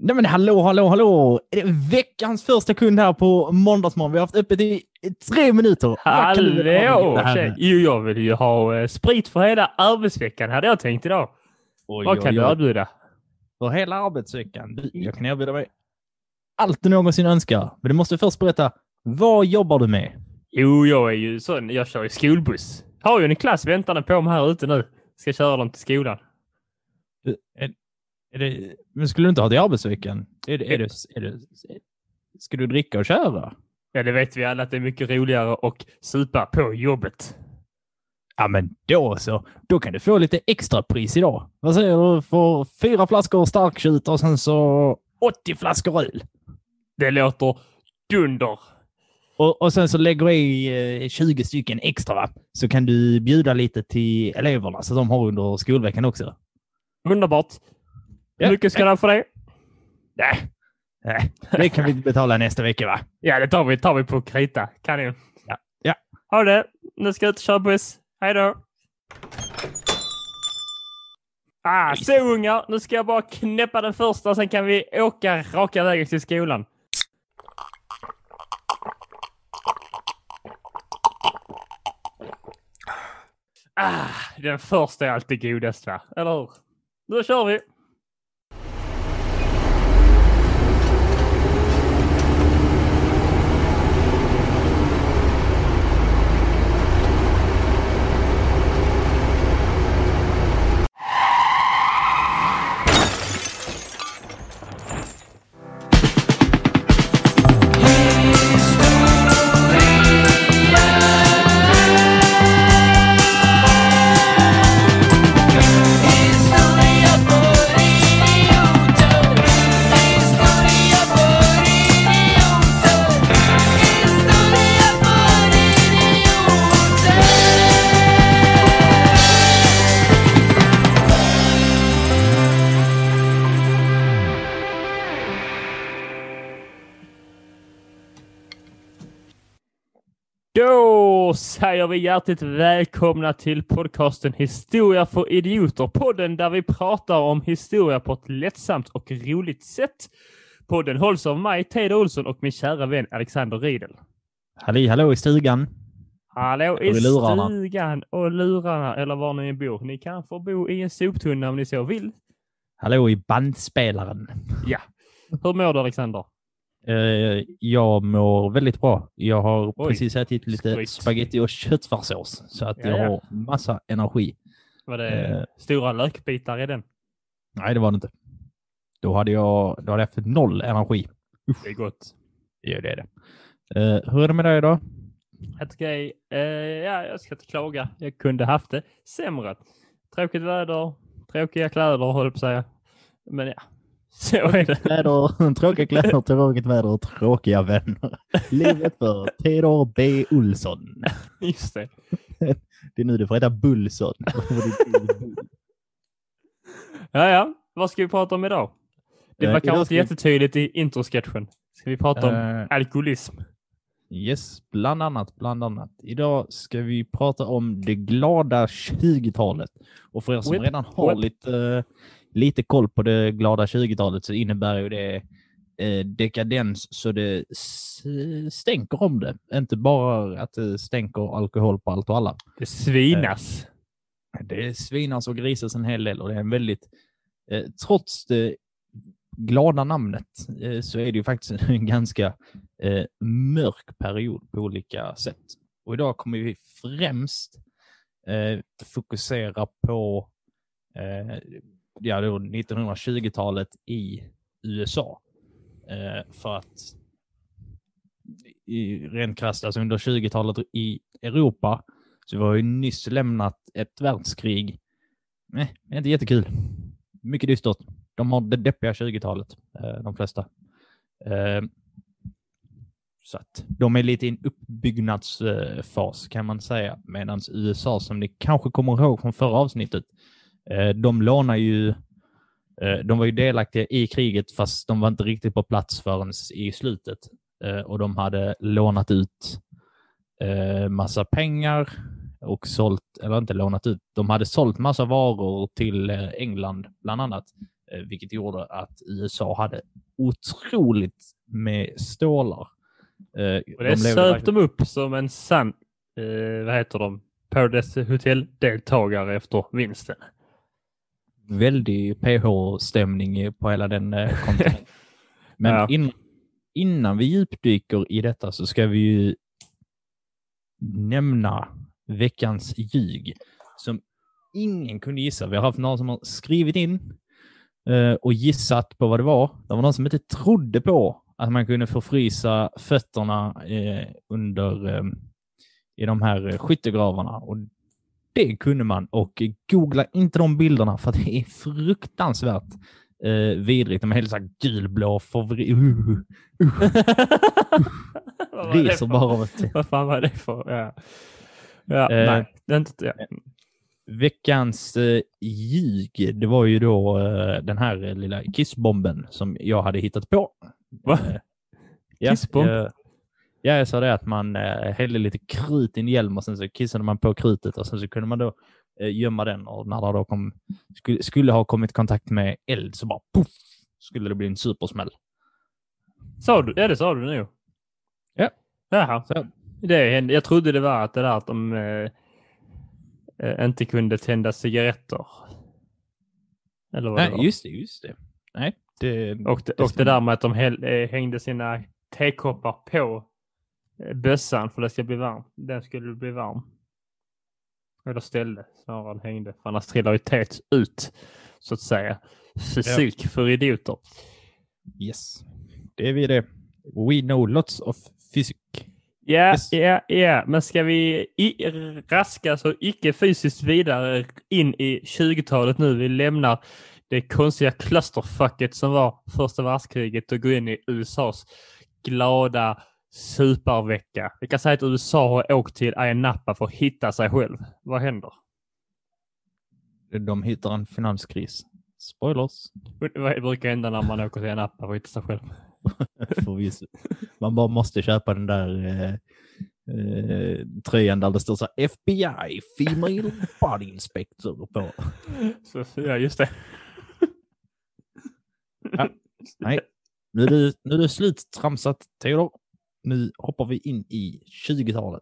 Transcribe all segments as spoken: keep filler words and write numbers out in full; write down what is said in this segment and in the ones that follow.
Nej men hallå, hallå, hallå! Är det veckans första kund här på måndagsmorgon? Vi har haft öppet i tre minuter. Hallå! Jo, jag vill ju ha eh, sprit för hela arbetsveckan, hade jag tänkt idag. Oj, Vad oj, kan oj. du erbjuda? För hela arbetsveckan? Jag kan erbjuda mig allt du någonsin önskar. Men du måste först berätta, vad jobbar du med? Jo, jag är ju sån, jag kör i skolbuss. Har ju en klass väntande på mig här ute nu. Ska köra dem till skolan. Är, är det, men skulle du inte ha det i arbetsveckan? Är det, är det, är det, ska du dricka och köra? Ja, det vet vi alla att det är mycket roligare att supa på jobbet. Ja, men då så. Då kan du få lite extra pris idag. Vad säger du? För fyra flaskor starkskjut och sen så åttio flaskor öl. Det låter dunder. Och, och sen så lägger du i eh, tjugo stycken extra, va? Så kan du bjuda lite till eleverna så de har under skolveckan också. Underbart. Hur mycket ska du för det? Nej. Nej, det kan vi betala nästa vecka, va? Ja, det tar vi, tar vi på krita. Kan ni? Ja. Ja. Ha det. Nu ska jag ut och köra buss. Hej då. Ah, så ungar. Nu ska jag bara knäppa den första. Sen kan vi åka raka vägen till skolan. Ah, den första är alltid godast, va? Eller hur? Då kör vi. Då säger vi hjärtligt välkomna till podcasten Historia för idioter. Podden där vi pratar om historia på ett lättsamt och roligt sätt. Podden hålls av mig, Teodor Olsson, och min kära vän Alexander Riedel. Halli, hallå i stugan. Hallå i stugan och lurarna, eller var ni bor. Ni kan få bo i en soptunna om ni så vill. Hallå i bandspelaren. Ja. Hur mår du, Alexander? Uh, jag mår väldigt bra. Jag har Oj, precis ätit lite skryt. spaghetti och köttfärssås så att ja, jag ja. har massa energi. Var det uh, stora lökbitar i den? Nej, det var det inte. Då hade jag, då hade jag haft noll energi. Uff. Det är gott. Ja, det är det. Uh, hur är det med dig idag? Helt okej. Uh, ja, jag ska inte klaga. Jag kunde haft det sämre. Tråkigt väder, tråkiga kläder, håller på att säga. Men ja. Så är det. Kläder, tråkiga kläder, tråkigt väder och tråkiga vänner. Livet för Teodor B. Olsson. Just det. Det är nu du får heta Bullsson. Ja, ja. Vad ska vi prata om idag? Det var uh, kanske inte jättetydligt i introsketchen. Ska vi prata om uh, alkoholism? Yes, bland annat, bland annat. Idag ska vi prata om det glada tjugotalet. Och för er som Whip. redan har Whip. lite... Uh, lite koll på det glada tjugotalet så innebär ju det eh, dekadens så det stänker om det. Inte bara att det stänker alkohol på allt och alla. Det svinas. Eh, det svinas och grisas en hel del och det är en väldigt, eh, trots det glada namnet eh, så är det ju faktiskt en ganska eh, mörk period på olika sätt. Och idag kommer vi främst eh, fokusera på eh, ja, då nittonhundratjugotalet i U S A. Eh, för att i rent krasst, alltså under tjugotalet i Europa så var ju nyss lämnat ett världskrig. Nej, det är inte jättekul. Mycket dystert. De har det deppiga tjugotalet, eh, de flesta. Eh, så att de är lite i en uppbyggnadsfas kan man säga. Medan U S A, som ni kanske kommer ihåg från förra avsnittet, de lånar ju, de var ju delaktiga i kriget fast de var inte riktigt på plats förrän i slutet. Och de hade lånat ut massa pengar och sålt, eller inte lånat ut, de hade sålt massa varor till England bland annat. Vilket gjorde att U S A hade otroligt med stålar. Eh, och det de söp de upp som en sann, eh, vad heter de, Paradise Hotel-deltagare efter vinsten. Väldigt P H-stämning på hela den eh, kontinenten. Men ja. in, innan vi djupdyker i detta så ska vi ju nämna veckans ljug som ingen kunde gissa. Vi har haft någon som har skrivit in eh, och gissat på vad det var. Det var någon som inte trodde på att man kunde förfrysa fötterna eh, under eh, i de här skyttegravarna. Och det kunde man. Och googla inte de bilderna för att det är fruktansvärt eh, vidrigt. De är helt så här gulblå favori... Uh, uh, uh. Reser bara av ett... Vad fan var det för? Ja, ja eh, nej. Det är inte... Ja. Veckans eh, ljug, det var ju då eh, den här lilla kissbomben som jag hade hittat på. Va? Eh, ja, Kissbomb? Jag, ja, jag sa det att man eh, hällde lite krut i en hjälm och sen så kissade man på krutet och sen så kunde man då eh, gömma den och när det då kom, skulle, skulle ha kommit i kontakt med eld så bara puff, skulle det bli en supersmäll. Sa du? Ja, det sa du nu. Ja. Jaha. Så. Det, jag trodde det var att det där att de eh, inte kunde tända cigaretter. Eller vad Nej, det var. just det, just det. Nej, det, och det, och det där med att de häll, äh, hängde sina tekoppar på äh, bössan för det ska bli varm. Den skulle bli varm. Eller ställde snarare än hängde. För annars trillar ju teet ut, så att säga. Fysik ja. För idioter. Yes. Det är vi det. We know lots of physics. Ja, yes. ja, ja. Men ska vi i, raska så icke fysiskt vidare in i tjugotalet nu? Vi lämnar det konstiga clusterfucket som var första världskriget och går in i U S A:s glada supervecka. Vi kan säga att U S A har åkt till Ayia Napa för att hitta sig själv. Vad händer? De hittar en finanskris. Spoilers. Vad brukar hända när man åker till Ayia Napa för att hitta sig själv? Förvisso. Man bara måste köpa den där eh, eh, tröjan där det står så F B I, Female Body Inspector på. Så, ja, just det. Ja, nej, nu är, det, nu är det slut tramsat, Theodor. Nu hoppar vi in i tjugotalet.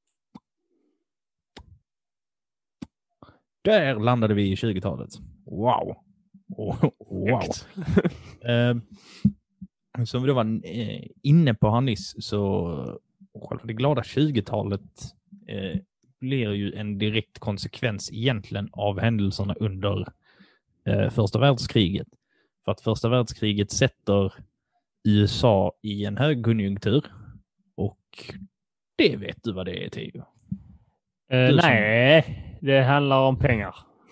Där landade vi i tjugotalet. Wow. Oh, wow. uh, som vi då var eh, inne på här nyss så själva det glada tjugotalet eh, blir ju en direkt konsekvens egentligen av händelserna under eh, första världskriget. För att första världskriget sätter U S A i en högkonjunktur och det vet du vad det är, Theo. Uh, nej, som... det handlar om pengar.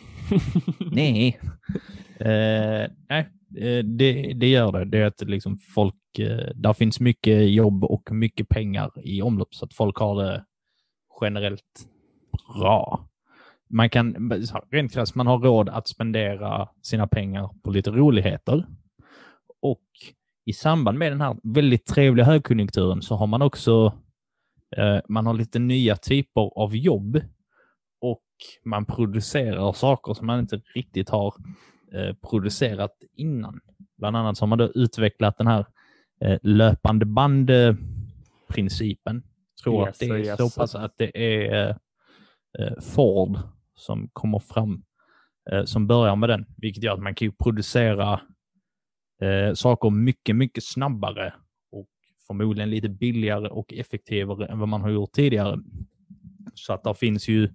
nej. Uh, nej, uh, det, det gör det. Det är att liksom folk, uh, där finns mycket jobb och mycket pengar i omlopp så att folk har det generellt bra. Man kan, rent krasst, man har råd att spendera sina pengar på lite roligheter. Och i samband med den här väldigt trevliga högkonjunkturen så har man också eh, man har lite nya typer av jobb och man producerar saker som man inte riktigt har eh, producerat innan. Bland annat så har man då utvecklat den här eh, löpande bandprincipen. Jag tror yes, att det är yes. så pass att det är eh, Ford som kommer fram eh, som börjar med den, vilket gör att man kan ju producera eh, saker mycket, mycket snabbare och förmodligen lite billigare och effektivare än vad man har gjort tidigare. Så att där finns ju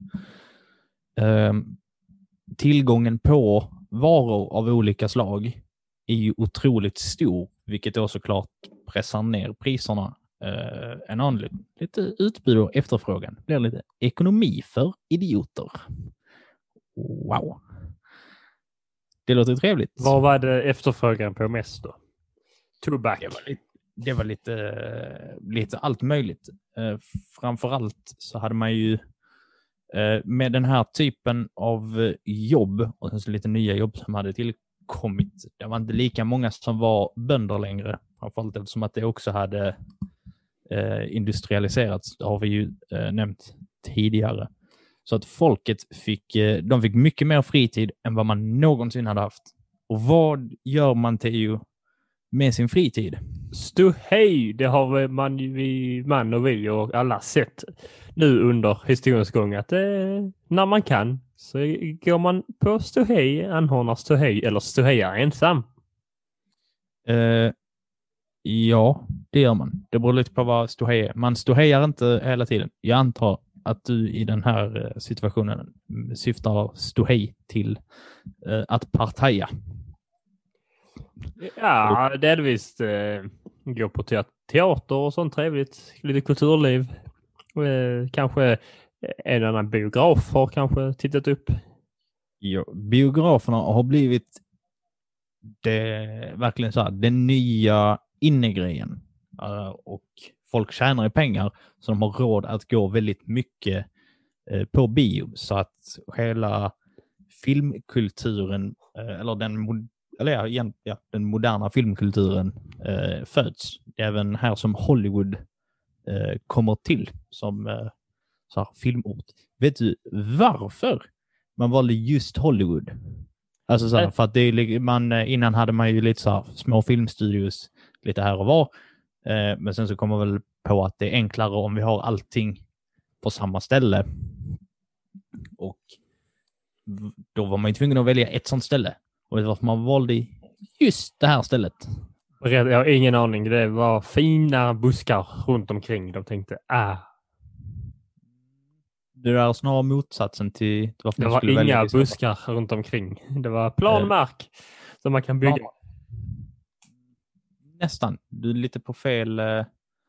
eh, tillgången på varor av olika slag är ju otroligt stor, vilket då såklart pressar ner priserna eh, en annan. Lite utbud och efterfrågan. Det blir lite ekonomi för idioter. Wow. Det låter trevligt. Vad var det efterfrågan på mest då? Tobak. Det var lite, det var lite, lite allt möjligt. Eh, framförallt så hade man ju eh, med den här typen av jobb och sen så lite nya jobb som hade tillkommit. Det var inte lika många som var bönder längre. Framförallt eftersom att det också hade eh, industrialiserats. Det har vi ju eh, nämnt tidigare. Så att folket fick, de fick mycket mer fritid än vad man någonsin hade haft. Och vad gör man, Theo, med sin fritid? Ståhej, det har man, vi, man och vi och alla sett nu under historiens gång att det, när man kan så går man på ståhej, anordnar ståhej eller ståhejar ensam. Uh, ja, det gör man. Det beror lite på vad ståhej är. Man ståhejar inte hela tiden. Jag antar att du i den här situationen syftar ståhej till uh, att partaja. Ja, delvis eh, gå på teater och sånt trevligt. Lite kulturliv. Eh, kanske en annan biograf har kanske tittat upp. Ja, biograferna har blivit det, verkligen så här, den nya innegrejen. Uh, och folk tjänar i pengar så de har råd att gå väldigt mycket uh, på bio. Så att hela filmkulturen, uh, eller den eller ja, igen, ja, den moderna filmkulturen eh, föds. Det är även här som Hollywood eh, kommer till som eh, så här, filmort. Vet du varför man valde just Hollywood? Alltså så här, för att det är, man, innan hade man ju lite så här, små filmstudios lite här och var. Eh, men sen så kommer man väl på att det är enklare om vi har allting på samma ställe. Och då var man ju tvungen att välja ett sånt ställe. Och det var varför man valde just det här stället. Jag har ingen aning. Det var fina buskar runt omkring. De tänkte, ah. Det är snarare motsatsen till varför det man var skulle inga välja buskar runt omkring. Det var planmark uh, som man kan bygga. Ja, nästan. Du är lite på fel, uh,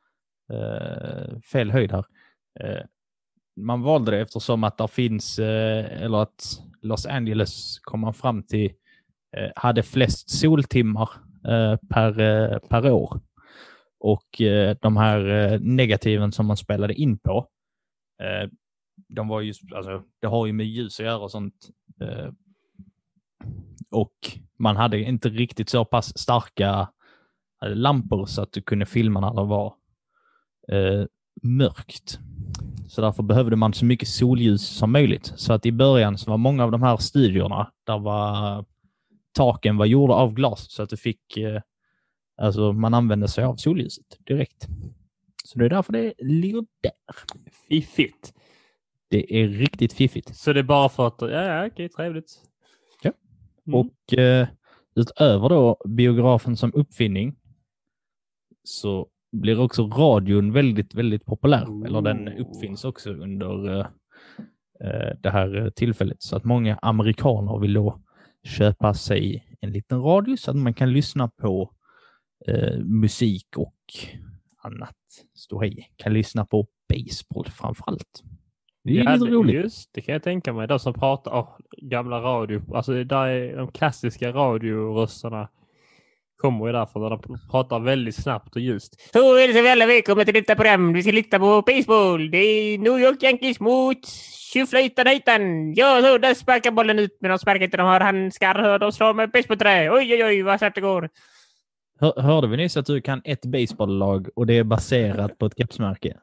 fel höjd här. Uh, man valde det eftersom att det finns, uh, eller att Los Angeles kom man fram till hade flest soltimmar eh, per, eh, per år. Och eh, de här eh, negativen som man spelade in på, eh, de var just, alltså, det har ju med ljus att göra och sånt. Eh, och man hade inte riktigt så pass starka eh, lampor så att du kunde filma när det var eh, mörkt. Så därför behövde man så mycket solljus som möjligt. Så att i början så var många av de här studiorna, där var taken var gjorda av glas så att du fick, eh, alltså man använde sig av solljuset direkt. Så det är därför det ligger där. Fiffigt. Det är riktigt fiffigt. Så det är bara för att, ja, ja okej, trevligt. Ja. Mm. Och eh, utöver då biografen som uppfinning så blir också radion väldigt, väldigt populär. Oh. Eller den uppfinns också under eh, det här tillfället. Så att många amerikaner vill då köpa sig en liten radio så att man kan lyssna på eh, musik och annat. Ståhej. Kan lyssna på baseball framförallt. Det är ja, lite roligt. Just, det kan jag tänka mig. De som pratar om oh, gamla radio. Alltså där är de klassiska radiorösterna kommer ju därför när de pratar väldigt snabbt och ljust. Så är det så väl välkomna till detta program. Vi ska lita på baseball. Det är New York Yankees mot Tjuflöjtan-Hejtan. Ja, så där sparkar bollen ut. Men de sparkar inte, de har handskar. De slår med baseballträ. Oj, oj, oj, vad snabbt det går. Hör, hörde vi nyss att du kan ett baseballlag och det är baserat på ett kepsmärke?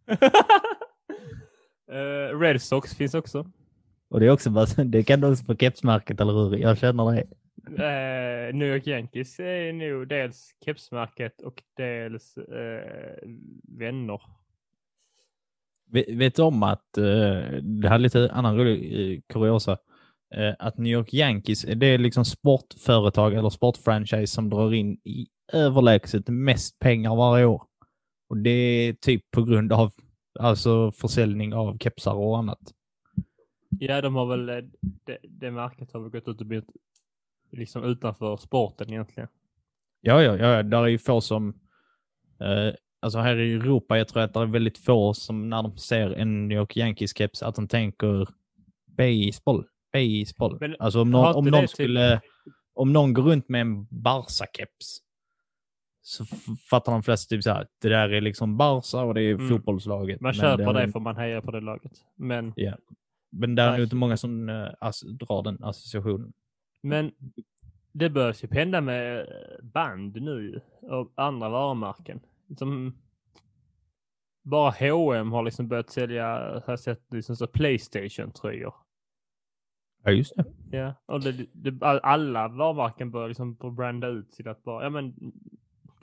uh, Red Sox finns också. Och det är också bara, det kan du också på kepsmärket, eller hur? Jag känner det. Uh, New York Yankees är nu dels kepsmärket och dels uh, vänner. Vet, vet du om att uh, det här är lite annan rolig uh, kuriosa uh, att New York Yankees det är liksom sportföretag eller sportfranchise som drar in i överlägset mest pengar varje år. Och det är typ på grund av alltså försäljning av kepsar och annat. Ja, de har väl det, det märket har väl gått ut och blivit liksom utanför sporten egentligen. Ja, ja, ja. Där är ju få som eh, alltså här i Europa, jag tror att det är väldigt få som när de ser en New York Yankees-keps att de tänker baseball, baseball. Men, alltså om någon, om någon skulle till... om någon går runt med en Barca-keps så fattar de flesta typ så här, det där är liksom Barca och det är mm. fotbollslaget. Man köper det, det för man hejar på det laget. Men ja. Men där är det inte många som uh, ass- drar den associationen. Men det börjar ju hända med band nu och andra varumärken. Som bara H och M har liksom börjat sälja har sett liksom så PlayStation-tröjor. Ja, just det. Ja, och det, det, alla varumärken börjar liksom branda ut till att bara, ja men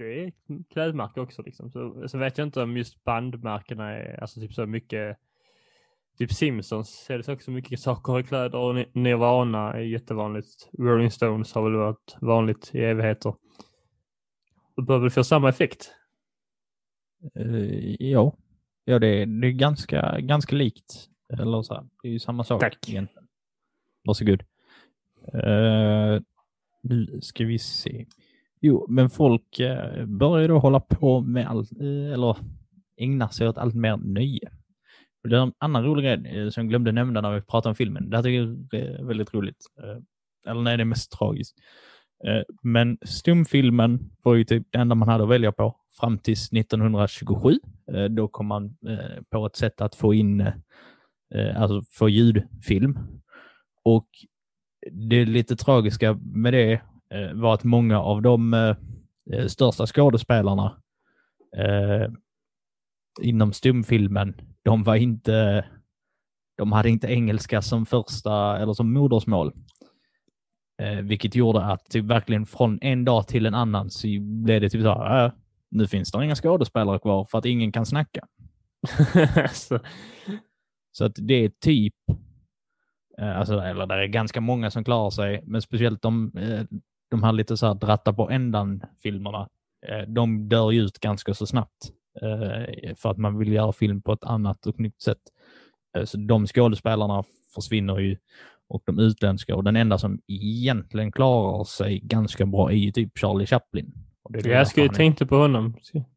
det är klädmärke också liksom. Så, så vet jag inte om just bandmärkena är alltså typ så mycket typ Simpsons är det så också mycket saker i kläder och Nirvana är jättevanligt. Rolling Stones har väl varit vanligt i evigheter. Det bör väl få samma effekt? Uh, ja. Ja, det är, det är ganska, ganska likt. Eller så här. Det är ju samma sak. Tack. Egentligen. Varsågod. Uh, nu ska vi se. Jo, men folk uh, börjar då hålla på med allt, uh, eller ägna sig åt allt mer nöje. Det är en annan rolig grej uh, som jag glömde nämna när vi pratade om filmen. Det här tycker jag är väldigt roligt. Uh, eller nej, det är mest tragiskt. Uh, men stumfilmen var ju typ det enda man hade att välja på fram tills nittonhundratjugosju. Uh, då kom man uh, på ett sätt att få in uh, alltså få ljudfilm. Och det lite tragiska med det eh, var att många av de eh, största skådespelarna eh, inom stumfilmen, de var inte de hade inte engelska som första eller som modersmål. Eh, vilket gjorde att typ verkligen från en dag till en annan så blev det typ så här, äh, nu finns det inga skådespelare kvar för att ingen kan snacka. så. så att det är typ Alltså, eller det är ganska många som klarar sig, men speciellt de, de här lite så här dratta på ändan filmerna, de dör ju ut ganska så snabbt för att man vill göra film på ett annat och nytt sätt. Så de skådespelarna försvinner ju och de utländska, och den enda som egentligen klarar sig ganska bra är ju typ Charlie Chaplin. Och det är det jag skulle tänkte på honom.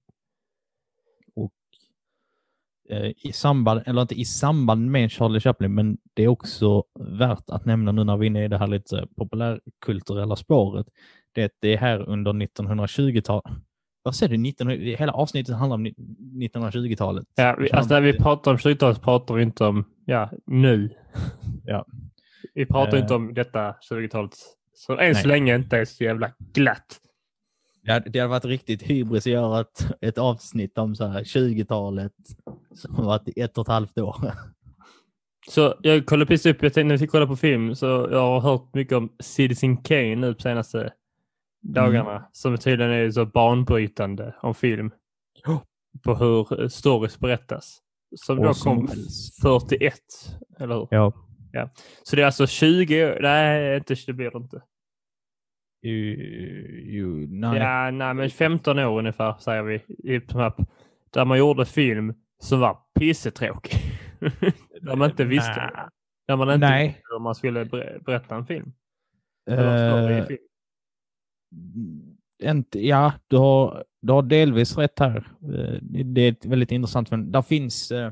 I samband, eller inte i samband med Charlie Chaplin, men det är också värt att nämna nu när vi är inne i det här lite populärkulturella spåret. Det är, det är här under nittonhundratjugotalet. Vad säger du? nittonhundra, hela avsnittet handlar om nittonhundratjugotalet. Ja, vi, alltså när vi pratar om tjugotalet pratar vi inte om ja, nu. Ja. Vi pratar uh, inte om detta tjugotalet. Så än nej. Så länge inte är så jävla glatt. Ja, det hade varit riktigt hybris att göra ett, ett avsnitt om så här tjugotalet som har varit ett och ett halvt år. Så jag kollade precis upp, jag tänkte när vi ska kolla på film, så jag har hört mycket om Citizen Kane nu på senaste dagarna, mm. som tydligen är så banbrytande om film. Oh. På hur stories berättas. Som och då kom fyrtioett, eller hur? Ja. ja. Så det är alltså tjugo år, nej, inte, det blir det inte. Jo, jo, nej. Ja, nej, men femton år ungefär säger vi i där man gjorde film som var pissetråkig. där man inte visste nej. där man inte nej. visste hur man skulle berätta en film. Uh, film. Inte, ja, du har, du har delvis rätt här. Det är ett väldigt intressant, men där finns uh,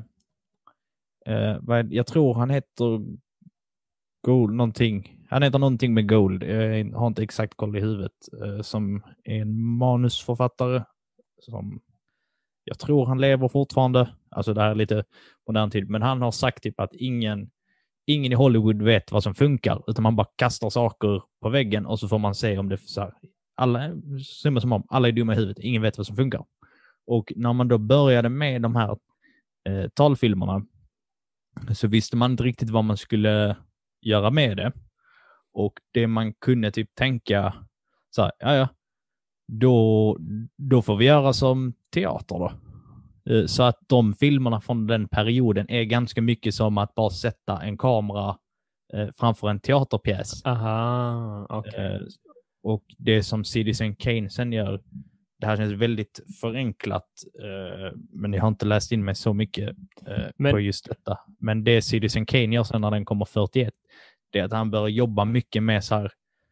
uh, vad, jag tror han heter Gold någonting. Han heter någonting med Gold. Jag har inte exakt koll i huvudet. Uh, som är en manusförfattare. Som jag tror han lever fortfarande. Alltså det här är lite modern tid. Men han har sagt typ att ingen, ingen i Hollywood vet vad som funkar. Utan man bara kastar saker på väggen och så får man se om det så här, alla, som om, alla är dumma i huvudet. Ingen vet vad som funkar. Och när man då började med de här eh, talfilmerna så visste man inte riktigt vad man skulle göra med det. Och det man kunde typ tänka så här, ja ja, då, då får vi göra som teater då. Så att de filmerna från den perioden är ganska mycket som att bara sätta en kamera eh, framför en teaterpjäs. Aha, okej. Okay. Eh, och det som Citizen Kane sen gör, det här känns väldigt förenklat, eh, men jag har inte läst in mig så mycket eh, men... på just detta. Men det Citizen Kane gör sen när den kommer fyrtioett, det är att han börjar jobba mycket med så här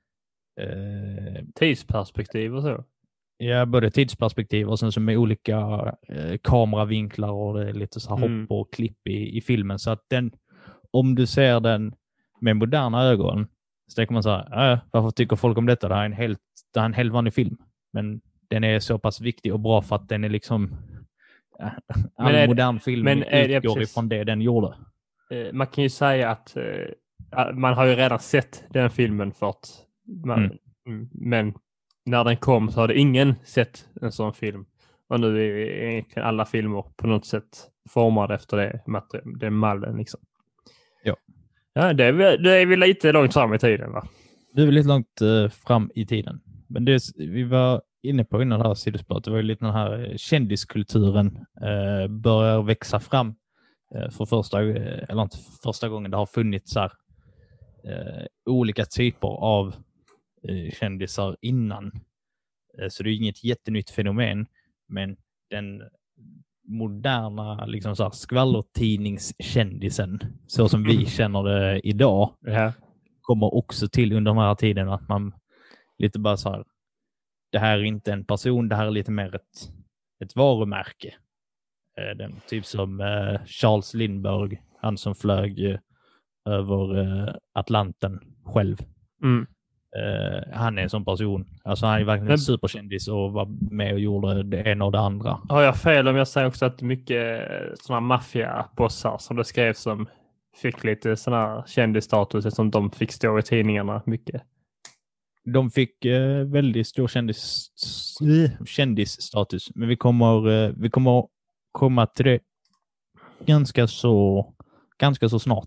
eh, tidsperspektiv och så. Ja, både tidsperspektiv och sen så med olika eh, kameravinklar och det är lite så här mm. hopp och klipp i, i filmen. Så att den, om du ser den med moderna ögon så tänker man så här, äh, varför tycker folk om detta? Det här är en helt, det här är en helt vanlig film. Men den är så pass viktig och bra för att den är liksom äh, all är, modern film men utgår det ifrån det den gjorde. Eh, man kan ju säga att eh, man har ju redan sett den filmen för att man, mm. men när den kom så hade ingen sett en sån film. Och nu är egentligen alla filmer på något sätt formade efter det, det mallen liksom. Ja. Ja, det är, det är vi lite långt fram i tiden, va? Det är lite långt uh, fram i tiden. Men det, vi var inne på innan det här sidospåret, det var ju lite den här kändiskulturen eh, börjar växa fram eh, för första, eller inte första gången det har funnits så här, eh, olika typer av eh, kändisar innan. Eh, så det är inget jättenytt fenomen, men den moderna liksom så här, skvallertidningskändisen, så som vi känner det idag, Ja. kommer också till under den här tiden att man lite bara så här, det här är inte en person, det här är lite mer ett, ett varumärke. Eh, den, typ som eh, Charles Lindbergh, han som flög eh, över eh, Atlanten själv. Mm. Eh, han är en sån person. Alltså han är verkligen Men, en superkändis och var med och gjorde det ena och det andra. har jag fel om jag säger också att mycket sådana maffiabossar som det skrevs som fick lite sådana kändisstatus som de fick stå i tidningarna mycket? De fick eh, väldigt stor kändis, kändisstatus, men vi kommer, eh, vi kommer komma till det ganska så, ganska så snart.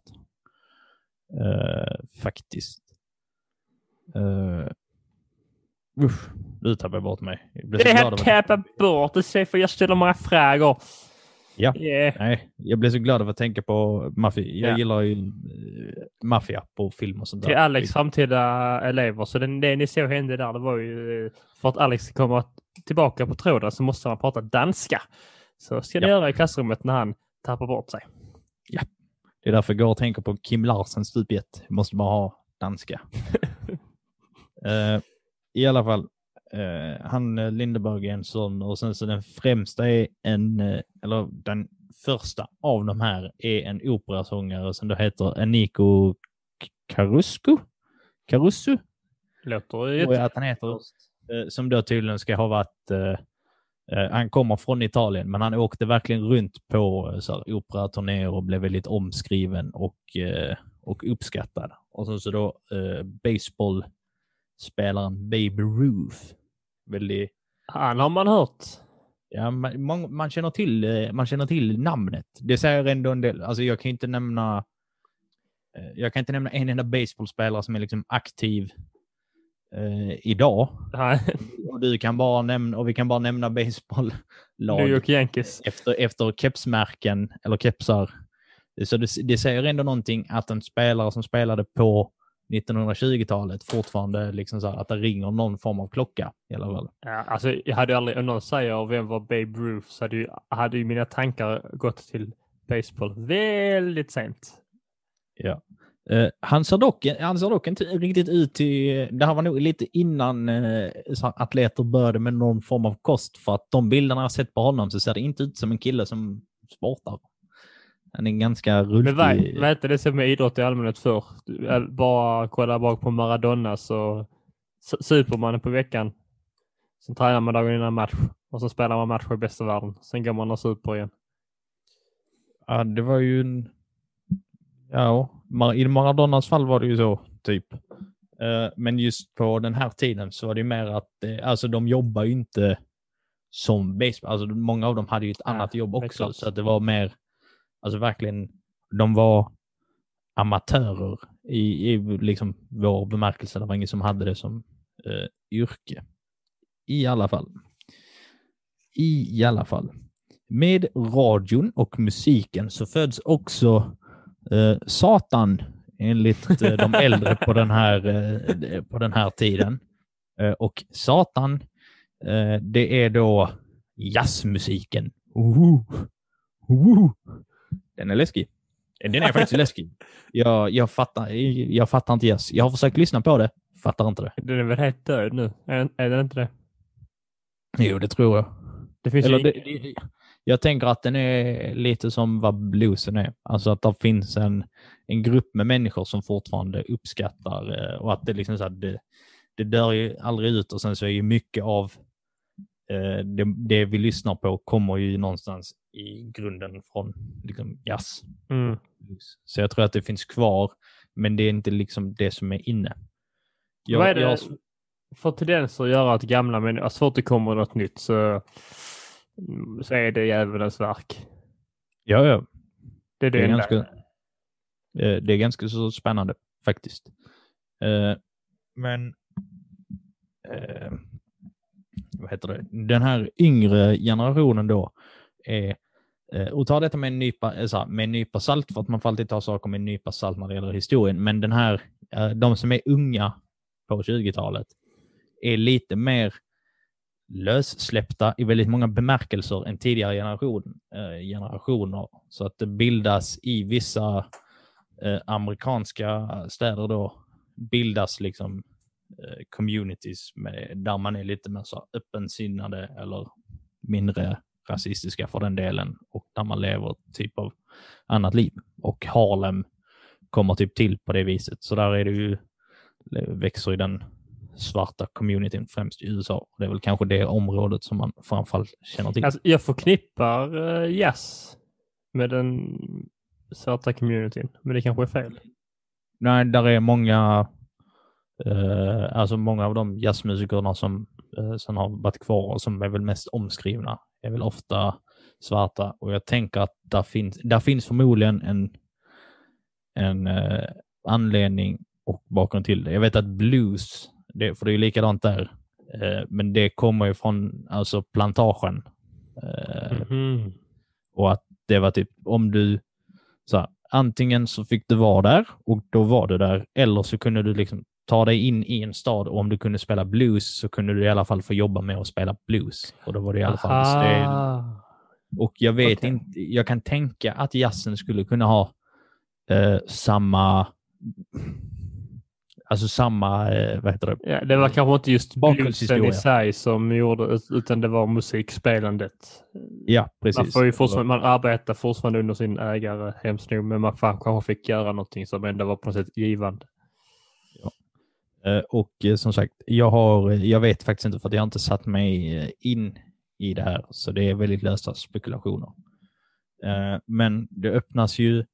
Eh, faktiskt. Uh, usch, nu tappar jag bort mig. Jag det här tappar bort sig för jag ställer många frågor. Ja, yeah. Nej, jag blev så glad av att tänka på maffia. Jag ja. gillar ju uh, maffia på film och sånt där. Till Alex framtida elever. Så det, det ni såg hände där, det var ju för att Alex ska komma tillbaka på tråden så måste han prata danska. Så ska ni ja. göra i klassrummet när han tappar bort sig. Ja, det är därför jag går och tänker på Kim Larsen stup ett. Måste bara ha danska. uh, I alla fall, uh, han Lindbergh är en sån, och sen så den främsta är en, uh, eller den första av de här är en operasångare som då heter Enrico Caruso. Caruso? Låter ju att han heter, uh, som då tydligen ska ha varit, uh, uh, han kommer från Italien, men han åkte verkligen runt på uh, så här, operaturnéer och blev väldigt omskriven och, uh, och uppskattad. Och så, så då uh, baseballspelaren Babe Ruth. Väldigt... Han har man hört. Ja, man, man, känner till, uh, man känner till namnet. Det säger ändå en del. Alltså jag kan inte nämna uh, jag kan inte nämna en enda baseballspelare som är liksom aktiv uh, idag. och du kan bara nämna och vi kan bara nämna baseballlag. New York Yankees. Efter, efter kepsmärken eller kepsar. Så det, det säger ändå någonting att en spelare som spelade på nittonhundratjugotalet fortfarande liksom så här, att det ringer någon form av klocka i alla fall. Ja, alltså jag hade aldrig, om någon säger vem var Babe Ruth så hade ju, hade ju mina tankar gått till baseball väldigt sent. Ja. Uh, han ser dock, han ser dock inte riktigt ut till, det här var nog lite innan uh, så atleter började med någon form av kost, för att de bilderna jag sett på honom så ser det inte ut som en kille som sportar. Han är ganska rullig. Men vad, vad heter det som är idrott i allmänhet för? Bara kolla bak på Maradona så super man på veckan. Sen tränar man dagen innan match. Och så spelar man match i bästa världen. Sen går man och super igen. Ja, det var ju en... Ja, i Maradonas fall var det ju så, typ. Men just på den här tiden så var det ju mer att... Alltså de jobbar ju inte som baseball. Alltså många av dem hade ju ett ja, annat jobb också. Så att det var mer... Alltså verkligen, de var amatörer i, i liksom vår bemärkelse. Det var ingen som hade det som eh, yrke. I alla fall. I alla fall. Med radion och musiken så föds också eh, Satan enligt eh, de äldre på den här, eh, på den här tiden. Eh, och Satan, eh, det är då jazzmusiken. Uh, uh. Den är läskig. Den är faktiskt läskig. Jag, jag, fattar, jag fattar inte jazz. Jag har försökt lyssna på det. Fattar inte det. Den är väl helt död nu? Är, är den inte det? Jo, det tror jag. Det finns Eller ju... det, jag tänker att den är lite som vad bluesen är. Alltså att det finns en, en grupp med människor som fortfarande uppskattar och att det liksom så att det, det dör ju aldrig ut, och sen så är ju mycket av eh, det, det vi lyssnar på kommer ju någonstans i grunden från liksom jazz. Mm. Så jag tror att det finns kvar, men det är inte liksom det som är inne. Jag, Vad är det jag... för tendenser att göra att gamla människor, så fort det kommer något nytt så, så är det djävulens verk? Ja, ja. Det är, det det är, ganska, det är ganska så spännande faktiskt. Uh, men uh, vad heter det, den här yngre generationen då är, och ta detta med en nypa, så här, med en nypa salt, för att man får alltid ta saker med en nypa salt när det gäller historien, men den här, de som är unga på tjugotalet är lite mer lössläppta i väldigt många bemärkelser än tidigare generation, eh, generationer. Så att det bildas i vissa eh, amerikanska städer då, bildas liksom eh, communities med, där man är lite mer så öppensinnade eller mindre rasistiska för den delen, och där man lever typ av annat liv. Och Harlem kommer typ till på det viset. Så där är det ju, växer i den svarta communityn främst i U S A. Det är väl kanske det området som man framförallt känner till. Alltså, jag förknippar uh, jazz med den svarta communityn, men det kanske är fel. Nej, där är många uh, alltså många av de jazzmusikerna som uh, sen har varit kvar och som är väl mest omskrivna är väl ofta svarta, och jag tänker att där finns, där finns förmodligen en en uh, anledning och bakgrund till det. Jag vet att blues, det, för det är ju likadant där, eh, men det kommer ju från alltså plantagen. Eh, mm-hmm. Och att det var typ, om du så här, antingen så fick du vara där och då var du där, eller så kunde du liksom ta dig in i en stad, och om du kunde spela blues så kunde du i alla fall få jobba med att spela blues, och då var det i alla fall så det, och jag vet okay. inte, jag kan tänka att jazzen skulle kunna ha eh, samma Alltså samma, eh, vad heter det? Ja, det var kanske inte just bluesen i sig som gjorde, utan det var musikspelandet. Ja, precis. Man, får ju fortfarande, man arbetar fortfarande under sin ägare hemskt nog, men man kanske fick göra någonting som ändå var på något sätt givande. Ja. Eh, och eh, som sagt, jag, har, jag vet faktiskt inte, för att jag har inte satt mig in i det här, så det är väldigt lösa spekulationer. Eh, men det öppnas ju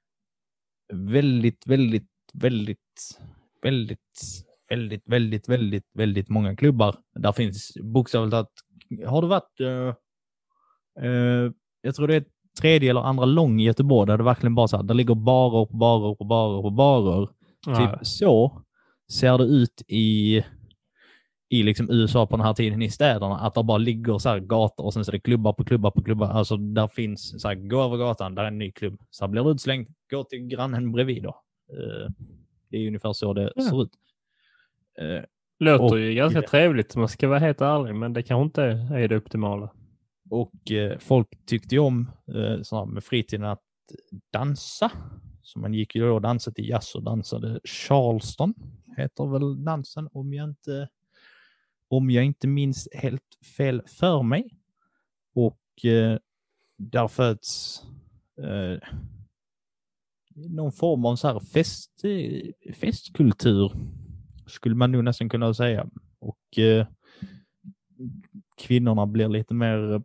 väldigt, väldigt, väldigt väldigt, väldigt, väldigt, väldigt, väldigt många klubbar. Där finns bokstavligt att, har det varit uh, uh, jag tror det är tredje eller andra lång i Göteborg, där det verkligen bara så här, där ligger barer på barer på barer på barer. Ja. Typ så ser det ut i i liksom U S A på den här tiden i städerna, att det bara ligger så här gator och sen så är det klubbar på klubbar på klubbar. Alltså där finns så här, gå över gatan, där är en ny klubb. Så här blir det utslängd, gå till grannen bredvid då. Uh, Det är ungefär så det ja. ser ut. Eh, Låter och, ju ganska trevligt, man ska vara helt ärlig, men det kanske inte är det optimala. Och eh, folk tyckte ju om eh, så med fritiden att dansa. Så man gick ju då och dansade till jazz och dansade Charleston, heter väl dansen, om jag inte om jag inte minns helt fel för mig. Och eh, där föds eh, någon form av så här fest, festkultur, skulle man nog nästan kunna säga. Och eh, kvinnorna blir lite mer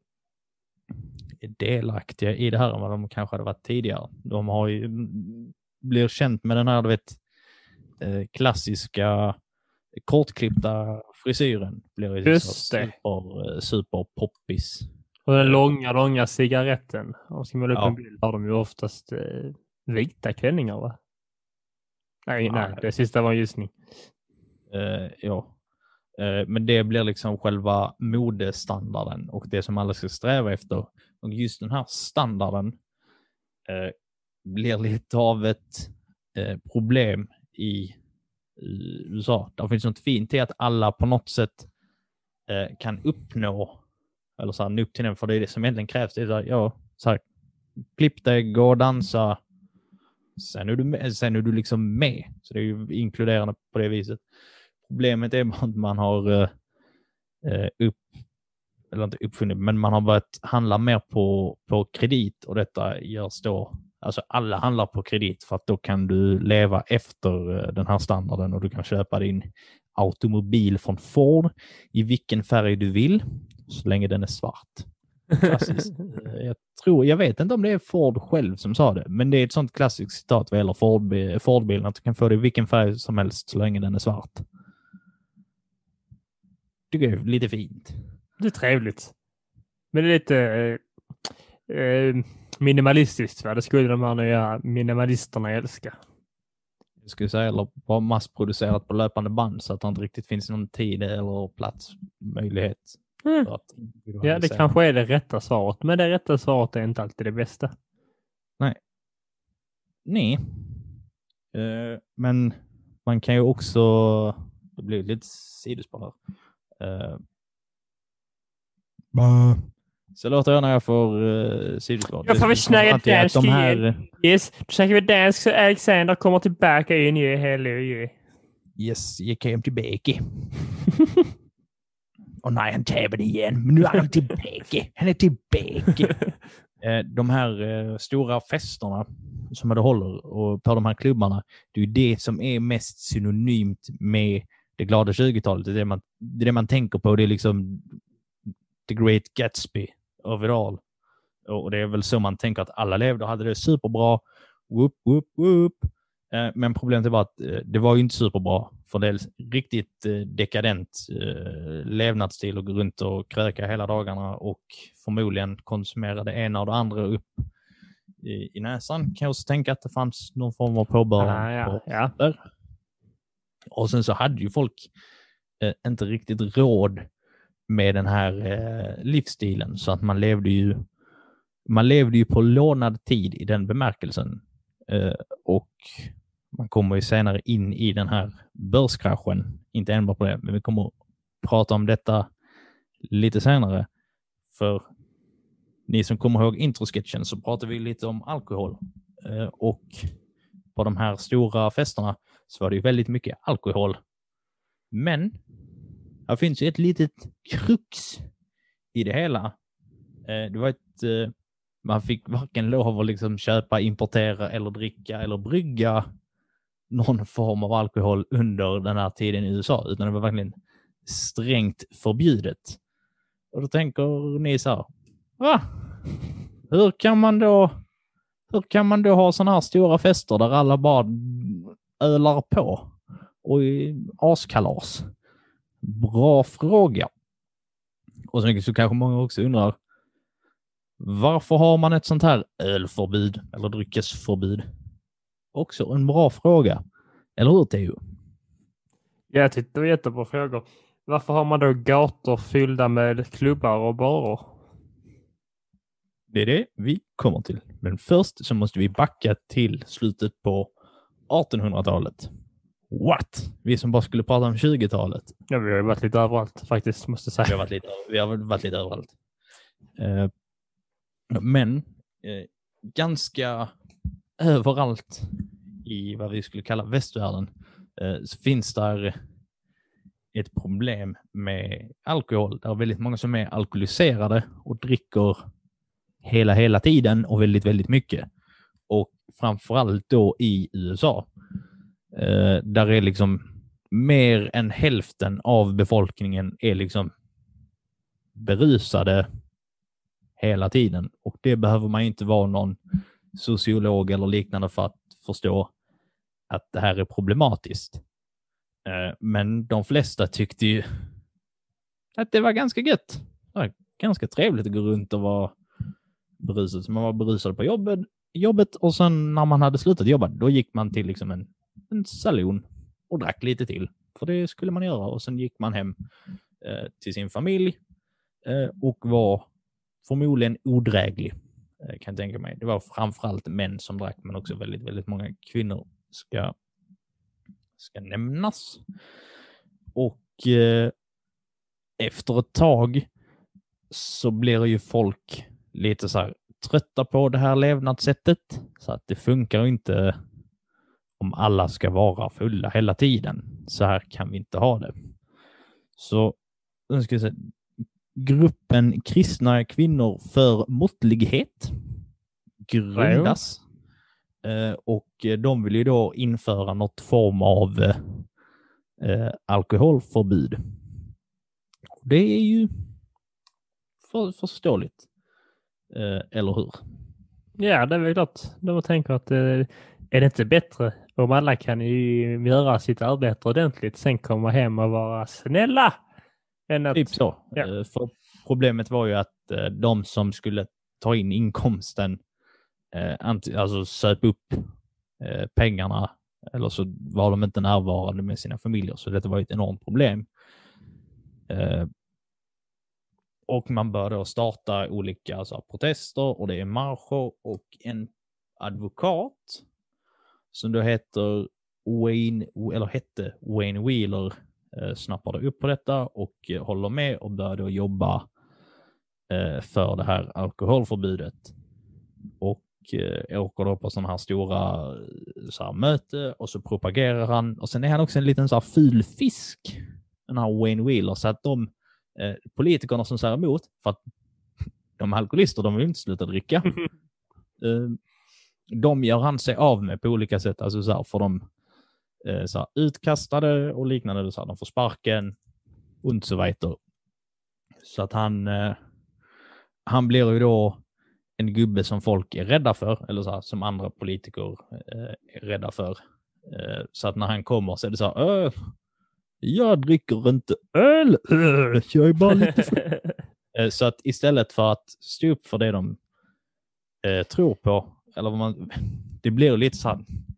delaktiga i det här än vad de kanske hade varit tidigare. De har ju, blir känt med den här, du vet, eh, klassiska kortklippta frisyren. Blir ju super, super poppis. Och den långa, långa cigaretten. Och ska man upp ja. en bild har de ju oftast eh, vita klänningar, va? Nej, ja, nej, det sista var en gissning. Uh, ja. Uh, men det blir liksom själva modestandarden och det som alla ska sträva efter. Och just den här standarden uh, blir lite av ett uh, problem i, i U S A. Det finns något fint i att alla på något sätt uh, kan uppnå eller så här, upp till den, för det är det som egentligen krävs. Det är där, ja, så här, klipp dig, gå och dansa. Sen är du med, sen är du liksom med. Så det är ju inkluderande på det viset. Problemet är att man har uh, upp, eller inte uppfunnit, men man har börjat handla mer på, på kredit, och detta görs då, alltså alla handlar på kredit, för att då kan du leva efter uh, den här standarden, och du kan köpa din automobil från Ford i vilken färg du vill, så länge den är svart. Klassiskt. Jag tror, jag vet inte om det är Ford själv som sa det, men det är ett sånt klassiskt citat vad gäller Ford, Ford-bilen, att du kan få det i vilken färg som helst så länge den är svart. Det är lite fint. Det är trevligt. Men det är lite eh, eh, minimalistiskt, va? Det skulle de här nya minimalisterna älska. Jag skulle säga, eller bara massproducerat på löpande band, så att det inte riktigt finns någon tid eller plats, möjlighet. Mm. För att Ja, det kanske är det rätta svaret. Men det rätta svaret är inte alltid det bästa. Nej. Nej. Uh, men man kan ju också... Det blir lite sidospår här. Uh, Så låter jag när jag får uh, sidospår. Jag får väl snacka dansk de här... igen. Yes, då snackar vi dansk så Alexander kommer tillbaka in i hello. Yes, jag kom tillbaka. Och nej, han tappade igen. Men nu är han tillbaka. Han är tillbaka. De här stora festerna som det håller och på de här klubbarna, det är ju det som är mest synonymt med det glada tjugotalet. Det är det man, det, är det man tänker på. Det är liksom The Great Gatsby överallt. Och det är väl så man tänker att alla levde och hade det superbra. Whoop, whoop, whoop. Men problemet var att det var ju inte superbra. För det är riktigt dekadent levnadsstil och gå runt och kröka hela dagarna och förmodligen konsumera det ena och det andra upp i, i näsan. Kan jag också tänka att det fanns någon form av påbörjan. Ah, ja, ja. Där. Och sen så hade ju folk eh, inte riktigt råd med den här eh, livsstilen. Så att man levde ju man levde ju på lånad tid i den bemärkelsen. Eh, och man kommer ju senare in i den här börskraschen. Inte enbart på det, men vi kommer att prata om detta lite senare. För ni som kommer ihåg introsketchen så pratar vi lite om alkohol. Eh, och på de här stora festerna så var det ju väldigt mycket alkohol. Men här finns ju ett litet krux i det hela. Eh, det var ett... Eh, man fick varken lov att liksom köpa, importera eller dricka eller brygga någon form av alkohol under den här tiden i U S A, utan det var verkligen strängt förbjudet. Och då tänker ni så här, va? Hur kan man då hur kan man då ha sådana här stora fester där alla bara ölar på och är askalas? Bra fråga. Och så, så kanske många också undrar, varför har man ett sånt här ölförbud eller dryckesförbud? Också en bra fråga. Eller hur, Theo? Jag tyckte det var jättebra frågor. Varför har man då gator fyllda med klubbar och barer? Det är det vi kommer till. Men först så måste vi backa till slutet på artonhundratalet. What? Vi som bara skulle prata om tjugotalet. Ja, vi har ju varit lite överallt faktiskt, måste jag säga. Vi har varit lite, vi har varit lite överallt. Uh, men uh, ganska överallt i vad vi skulle kalla västvärlden uh, så finns där ett problem med alkohol. Det är väldigt många som är alkoholiserade och dricker hela, hela tiden och väldigt, väldigt mycket. Och framförallt då i U S A. Uh, där är liksom mer än hälften av befolkningen är liksom berusade hela tiden. Och det behöver man inte vara någon sociolog eller liknande för att förstå att det här är problematiskt. Uh, men de flesta tyckte ju att det var ganska gött. Det var ganska trevligt att gå runt och vara berusad. Så man var berusad på jobbet, jobbet och sen när man hade slutat jobba, då gick man till liksom en, en salon och drack lite till. För det skulle man göra. Och sen gick man hem eh, till sin familj eh, och var förmodligen odräglig, eh, kan jag tänka mig. Det var framförallt män som drack, men också väldigt, väldigt många kvinnor ska, ska nämnas. Och eh, efter ett tag så blir ju folk lite så här trötta på det här levnadssättet. Så att det funkar inte om alla ska vara fulla hela tiden. Så här kan vi inte ha det. Så nu ska jag säga, gruppen kristna kvinnor för måttlighet grundas. Eh, och de vill ju då införa något form av eh, alkoholförbud. Det är ju för, förståeligt. Eh, eller hur? Ja, det är väl klart. De tänker att eh, är det inte bättre om alla kan ju göra sitt arbete ordentligt, sen komma hem och vara snälla? Än att, typ så. Ja. Eh, för problemet var ju att eh, de som skulle ta in inkomsten eh, ant- alltså söp upp eh, pengarna, eller så var de inte närvarande med sina familjer. Så detta var ett enormt problem. Eh, och man bör då starta olika alltså, protester och det är marscher och en advokat som då heter Wayne, eller hette Wayne Wheeler eh, snappade upp på detta och eh, håller med och började jobba eh, för det här alkoholförbudet. Och eh, åker då på sådana här stora så här, möte och så propagerar han. Och sen är han också en liten så här ful fisk, den här Wayne Wheeler, så att de eh, politikerna som säger emot, för att de alkoholister, de vill inte sluta dricka. eh, de gör han sig av med på olika sätt, alltså så här, för de eh, så här, utkastade och liknande, så här, de får sparken och inte så vidare. Så att han eh, han blir ju då en gubbe som folk är rädda för, eller så här, som andra politiker eh, är rädda för. Eh, så att när han kommer så är det så här, äh, jag dricker inte öl, äh, jag är bara lite för... eh, så att istället för att stå upp för det de eh, tror på, eller vad man, det blir lite så här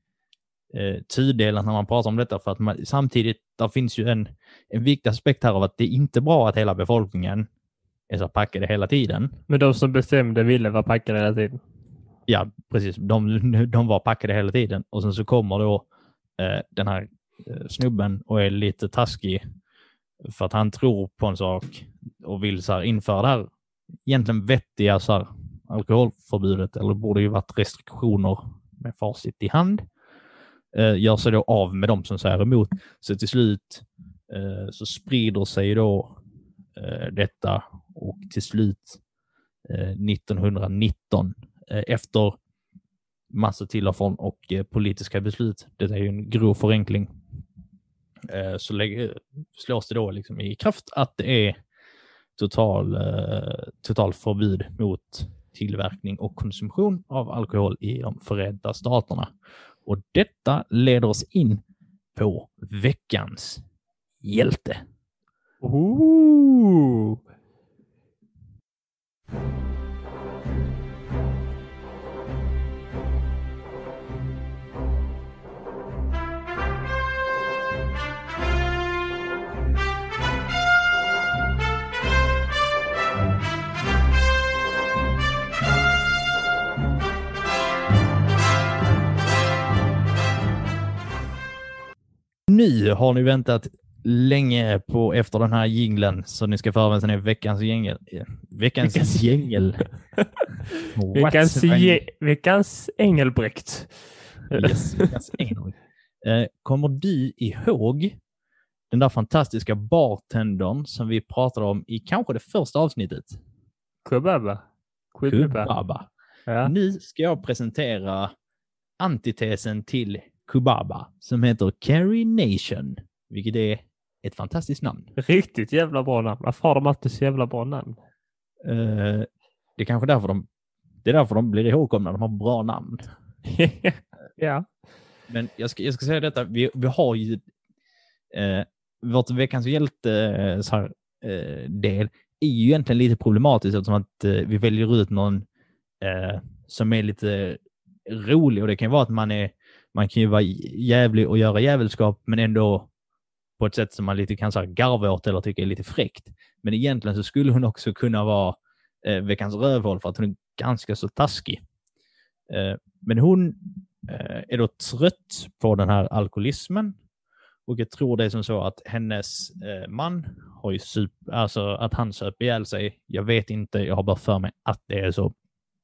eh, tudelat när man pratar om detta, för att man, samtidigt där finns ju en, en viktig aspekt här av att det är inte bra att hela befolkningen är så packade hela tiden. Men de som bestämde ville vara packade hela tiden. Ja, precis. De, de var packade hela tiden. Och sen så kommer då eh, den här eh, snubben och är lite taskig för att han tror på en sak och vill så här, införa det här egentligen vettiga så här, alkoholförbudet, eller borde ju varit restriktioner med facit i hand. Eh, gör sig då av med dem som säger emot. Så till slut eh, så sprider sig då eh, detta. Och till slut eh, nittonhundranitton eh, efter massor till och från och eh, politiska beslut, det är ju en grov förenkling, eh, så lägger, slås det då liksom i kraft att det är total, eh, total förbud mot tillverkning och konsumtion av alkohol i de Förenta staterna. Och detta leder oss in på veckans hjälte. Ooh. Nu har ni väntat länge på efter den här jingeln, så ni ska förvänta er veckans gängel. Veckans, veckans gängel. veckans, ge, veckans Engelbrekt. Yes, veckans Engelbrekt. Eh, kommer du ihåg den där fantastiska bartendern som vi pratade om i kanske det första avsnittet? Kubaba. Kubaba. Ja. Nu ska jag presentera antitesen till Kubaba som heter Carrie Nation, vilket är ett fantastiskt namn. Riktigt jävla bra namn. Varför har de alltid så jävla bra namn? Uh, det är kanske därför de det är därför de blir ihågkomna. De har bra namn. Ja. Men jag ska, jag ska säga detta. Vi, vi har ju uh, vårt veckans hjälte uh, så här, uh, del är ju egentligen lite problematiskt eftersom att uh, vi väljer ut någon uh, som är lite rolig, och det kan vara att man är man kan ju vara jävlig och göra jävelskap, men ändå på ett sätt som man lite kan så här garva åt eller tycka är lite fräckt. Men egentligen så skulle hon också kunna vara eh, veckans rövhål, för att hon är ganska så taskig. Eh, men hon eh, är då trött på den här alkoholismen, och jag tror det är som så att hennes eh, man har ju sup, alltså att han söp ihjäl sig. Jag vet inte, jag har bara för mig att det är så.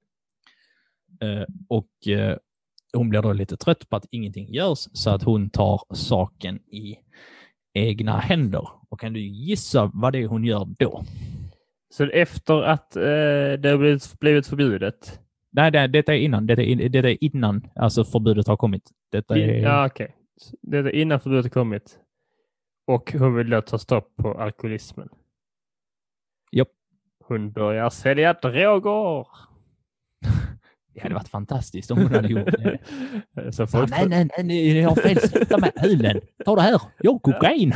Eh, och eh, hon blir då lite trött på att ingenting görs, så att hon tar saken i egna händer. Och kan du gissa vad det är hon gör då? Så efter att eh, det har blivit, blivit förbjudet? Nej, det, detta är innan. Detta är, detta är innan alltså förbudet har kommit. Detta är... Ja, okej. Okay. Detta är innan förbudet har kommit. Och hon vill då ta stopp på alkoholismen. Japp. Hon börjar sälja droger. Det hade varit fantastiskt om hon hade gjort det. Så folk... Nej, nej, nej, nej, jag har fel. Sluta med ölen. Ta det här. Jag kokain.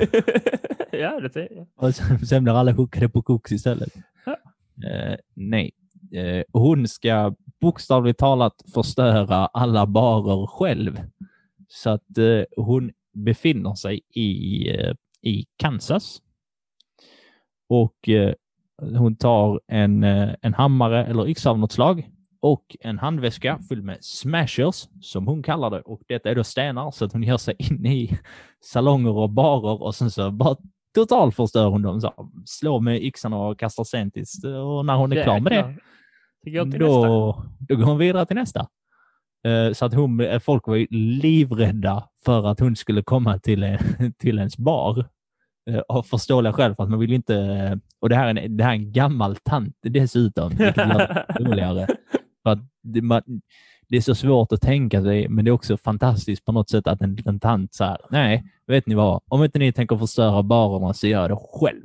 Ja, det är det. Och sen blir alla hookade på koks istället. Ja. Uh, nej. Uh, hon ska bokstavligt talat förstöra alla barer själv. Så att uh, hon befinner sig i, uh, i Kansas. Och uh, hon tar en, en hammare eller yxa av något slag och en handväska full med smashers, som hon kallar det. Och detta är då stenar, så att hon gör sig in i salonger och barer och sen så bara totalt förstör hon dem. Så slår med yxan och kastar sentis. Och när hon är klar med det, det då, då går hon vidare till nästa. Så att hon, folk var ju livrädda för att hon skulle komma till, till ens bar. Och förståeliga själv för att man vill inte... Och det här är en, det här är en gammal tant dessutom, vilket gör det roligare. För att det, man, det är så svårt att tänka sig, men det är också fantastiskt på något sätt att en, en tant så här, nej, vet ni vad? Om inte ni tänker förstöra barerna så gör jag det själv.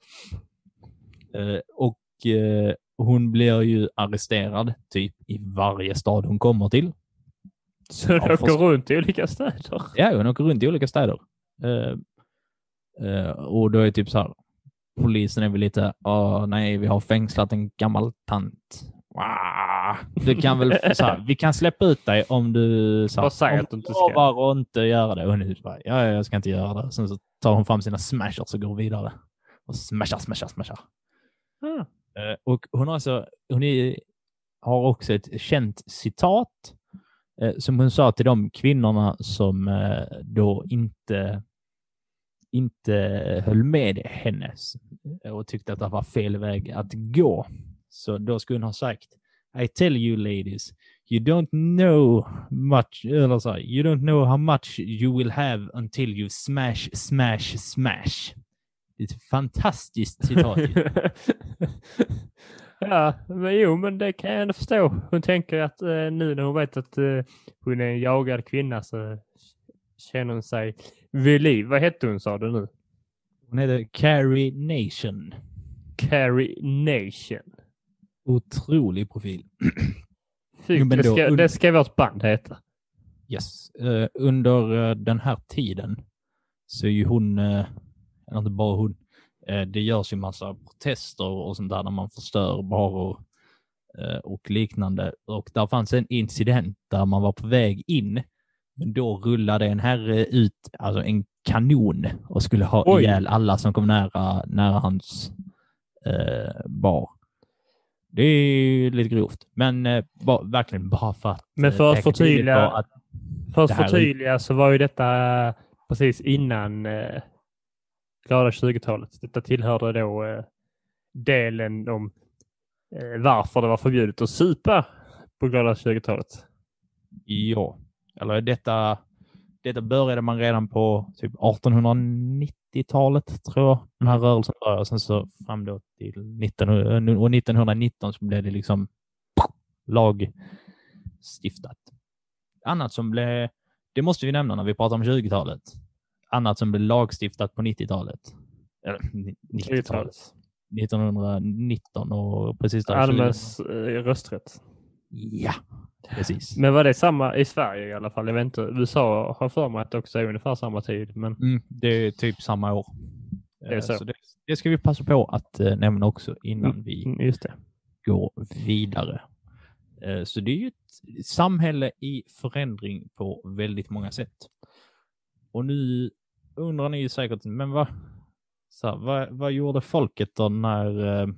Uh, och uh, hon blir ju arresterad typ i varje stad hon kommer till. Så hon åker först... runt i olika städer? Ja, hon åker runt i olika städer. Uh, uh, och då är typ så här, polisen är väl lite, åh nej, vi har fängslat en gammal tant. Wow. Du kan väl så här, vi kan släppa ut dig om du så här, säger att du inte ska. Bara och inte göra det. Och hon är bara, ja, jag ska inte göra det. Sen så tar hon fram sina smashers och går vidare. Och smashar, smashar, smashar. Mm. Uh, och hon har alltså, hon är, har också ett känt citat uh, som hon sa till de kvinnorna som uh, då inte inte höll med henne och tyckte att det var fel väg att gå. Så då skulle hon ha sagt, I tell you ladies, you don't know much, eller så, you don't know how much you will have until you smash, smash, smash. Det är ett fantastiskt citat. Ja, men jo, men det kan jag ändå förstå. Hon tänker att eh, nu när hon vet att eh, hon är en jagad kvinna så känner hon sig vid liv. Vad hette hon, sa du nu? Hon heter Carrie Nation. Carrie Nation. Otrolig profil. Fy, det, ska, under... det ska vårt band heta. Yes. Uh, under uh, den här tiden så är ju hon, uh, eller inte bara hon, uh, det görs ju massa protester och sånt där när man förstör baror uh, och liknande. Och där fanns en incident där man var på väg in, men då rullade en herre ut, alltså en kanon, och skulle ha Oj. ihjäl alla som kom nära, nära hans uh, bar. Det är lite grovt, men eh, ba, verkligen bara för att... Men för att förtydliga, att för att förtydliga är... så var ju detta eh, precis innan eh, glada tjugotalet. Detta tillhörde då eh, delen om eh, varför det var förbjudet att supa på glada tjugotalet. Ja, eller detta, detta började man redan på typ artonhundranittiotalet, tror jag, den här rörelsen började. Sen så fram då till nittonhundra, och nittonhundranitton så blev det liksom lag stiftat. Annat som blev, det måste vi nämna när vi pratar om tjugotalet. Annat som blev lagstiftat på nittiotalet. Eller nittiotalet. nittonhundranitton och precis där. Allmäns rösträtt. Ja, precis. Men var det samma i Sverige i alla fall? Jag vet inte. U S A har för mig att det också är ungefär samma tid. Men... Mm, det är typ samma år. Det, är så. Så det, det ska vi passa på att uh, nämna också innan mm, vi just det. går vidare. Uh, så det är ju ett samhälle i förändring på väldigt många sätt. Och nu undrar ni säkert, men vad, så här, vad, vad gjorde folket då när... Uh,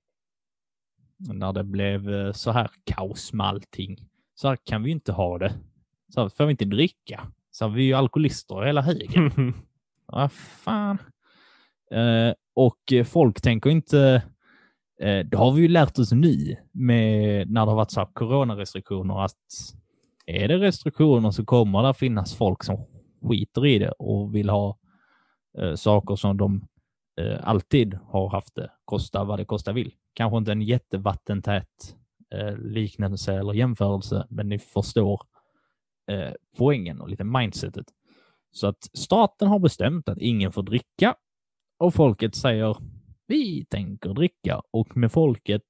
när det blev så här kaos med allting. Så här kan vi inte ha det. Så här får vi inte dricka. Så här, vi är ju alkoholister hela högen. Vad fan. Eh, och folk tänker inte... Eh, det har vi ju lärt oss nu med när det har varit så här coronarestriktioner, att är det restriktioner så kommer det finnas folk som skiter i det och vill ha eh, saker som de eh, alltid har haft det. Kosta vad det kostar vill. Kanske inte en jättevattentät eh, liknelse eller jämförelse, men ni förstår eh, poängen och lite mindsetet. Så att staten har bestämt att ingen får dricka och folket säger vi tänker dricka, och med folket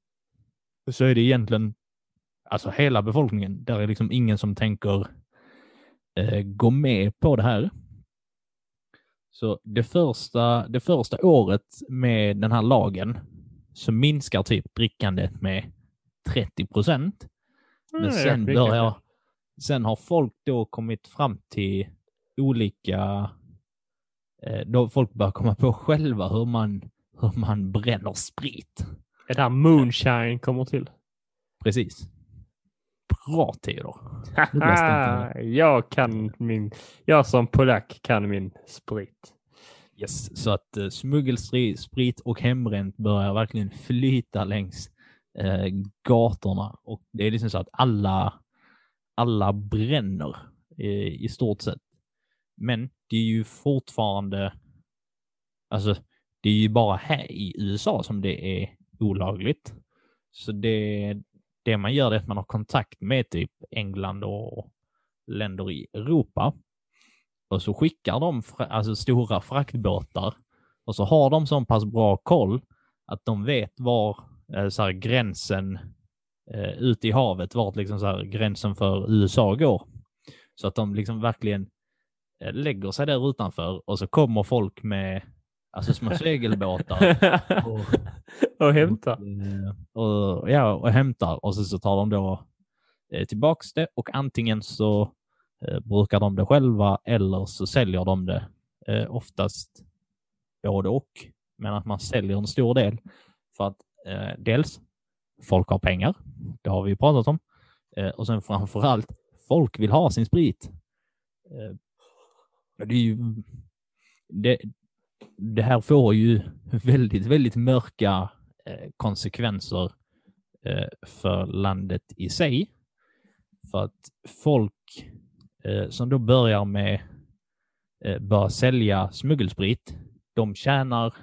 så är det egentligen alltså hela befolkningen. Där är liksom ingen som tänker eh, gå med på det här. Så det första, det första året med den här lagen så minskar typ drickandet med trettio procent. Men mm, sen börjar, sen har folk då kommit fram till olika, eh, då folk börjar komma på själva hur man, hur man bränner sprit. Är det här moonshine kommer till? Precis. Bra, Theodor. Nu blir jag stolt över. jag kan min... Jag som polack kan min sprit. Yes, så att uh, smuggelsprit och hembränt börjar verkligen flyta längs uh, gatorna. Och det är liksom så att alla, alla bränner uh, i stort sett. Men det är ju fortfarande... Alltså, det är ju bara här i U S A som det är olagligt. Så det, det man gör är att man har kontakt med typ England och länder i Europa. Och så skickar de fra, alltså stora fraktbåtar. Och så har de så pass bra koll att de vet var eh, så här, gränsen eh, ute i havet, vart liksom så här, gränsen för U S A går. Så att de liksom verkligen eh, lägger sig där utanför och så kommer folk med alltså små segelbåtar och, och hämtar. Och, och, ja, och hämtar. Och så, så tar de då eh, tillbaks det och antingen så eh, brukar de det själva eller så säljer de det. Eh, oftast både och. Men att man säljer en stor del för att eh, dels folk har pengar. Det har vi ju pratat om. Eh, och sen framförallt folk vill ha sin sprit. Eh, det är ju det Det här får ju väldigt, väldigt mörka eh, konsekvenser eh, för landet i sig. För att folk eh, som då börjar med eh, börja sälja smuggelsprit, de tjänar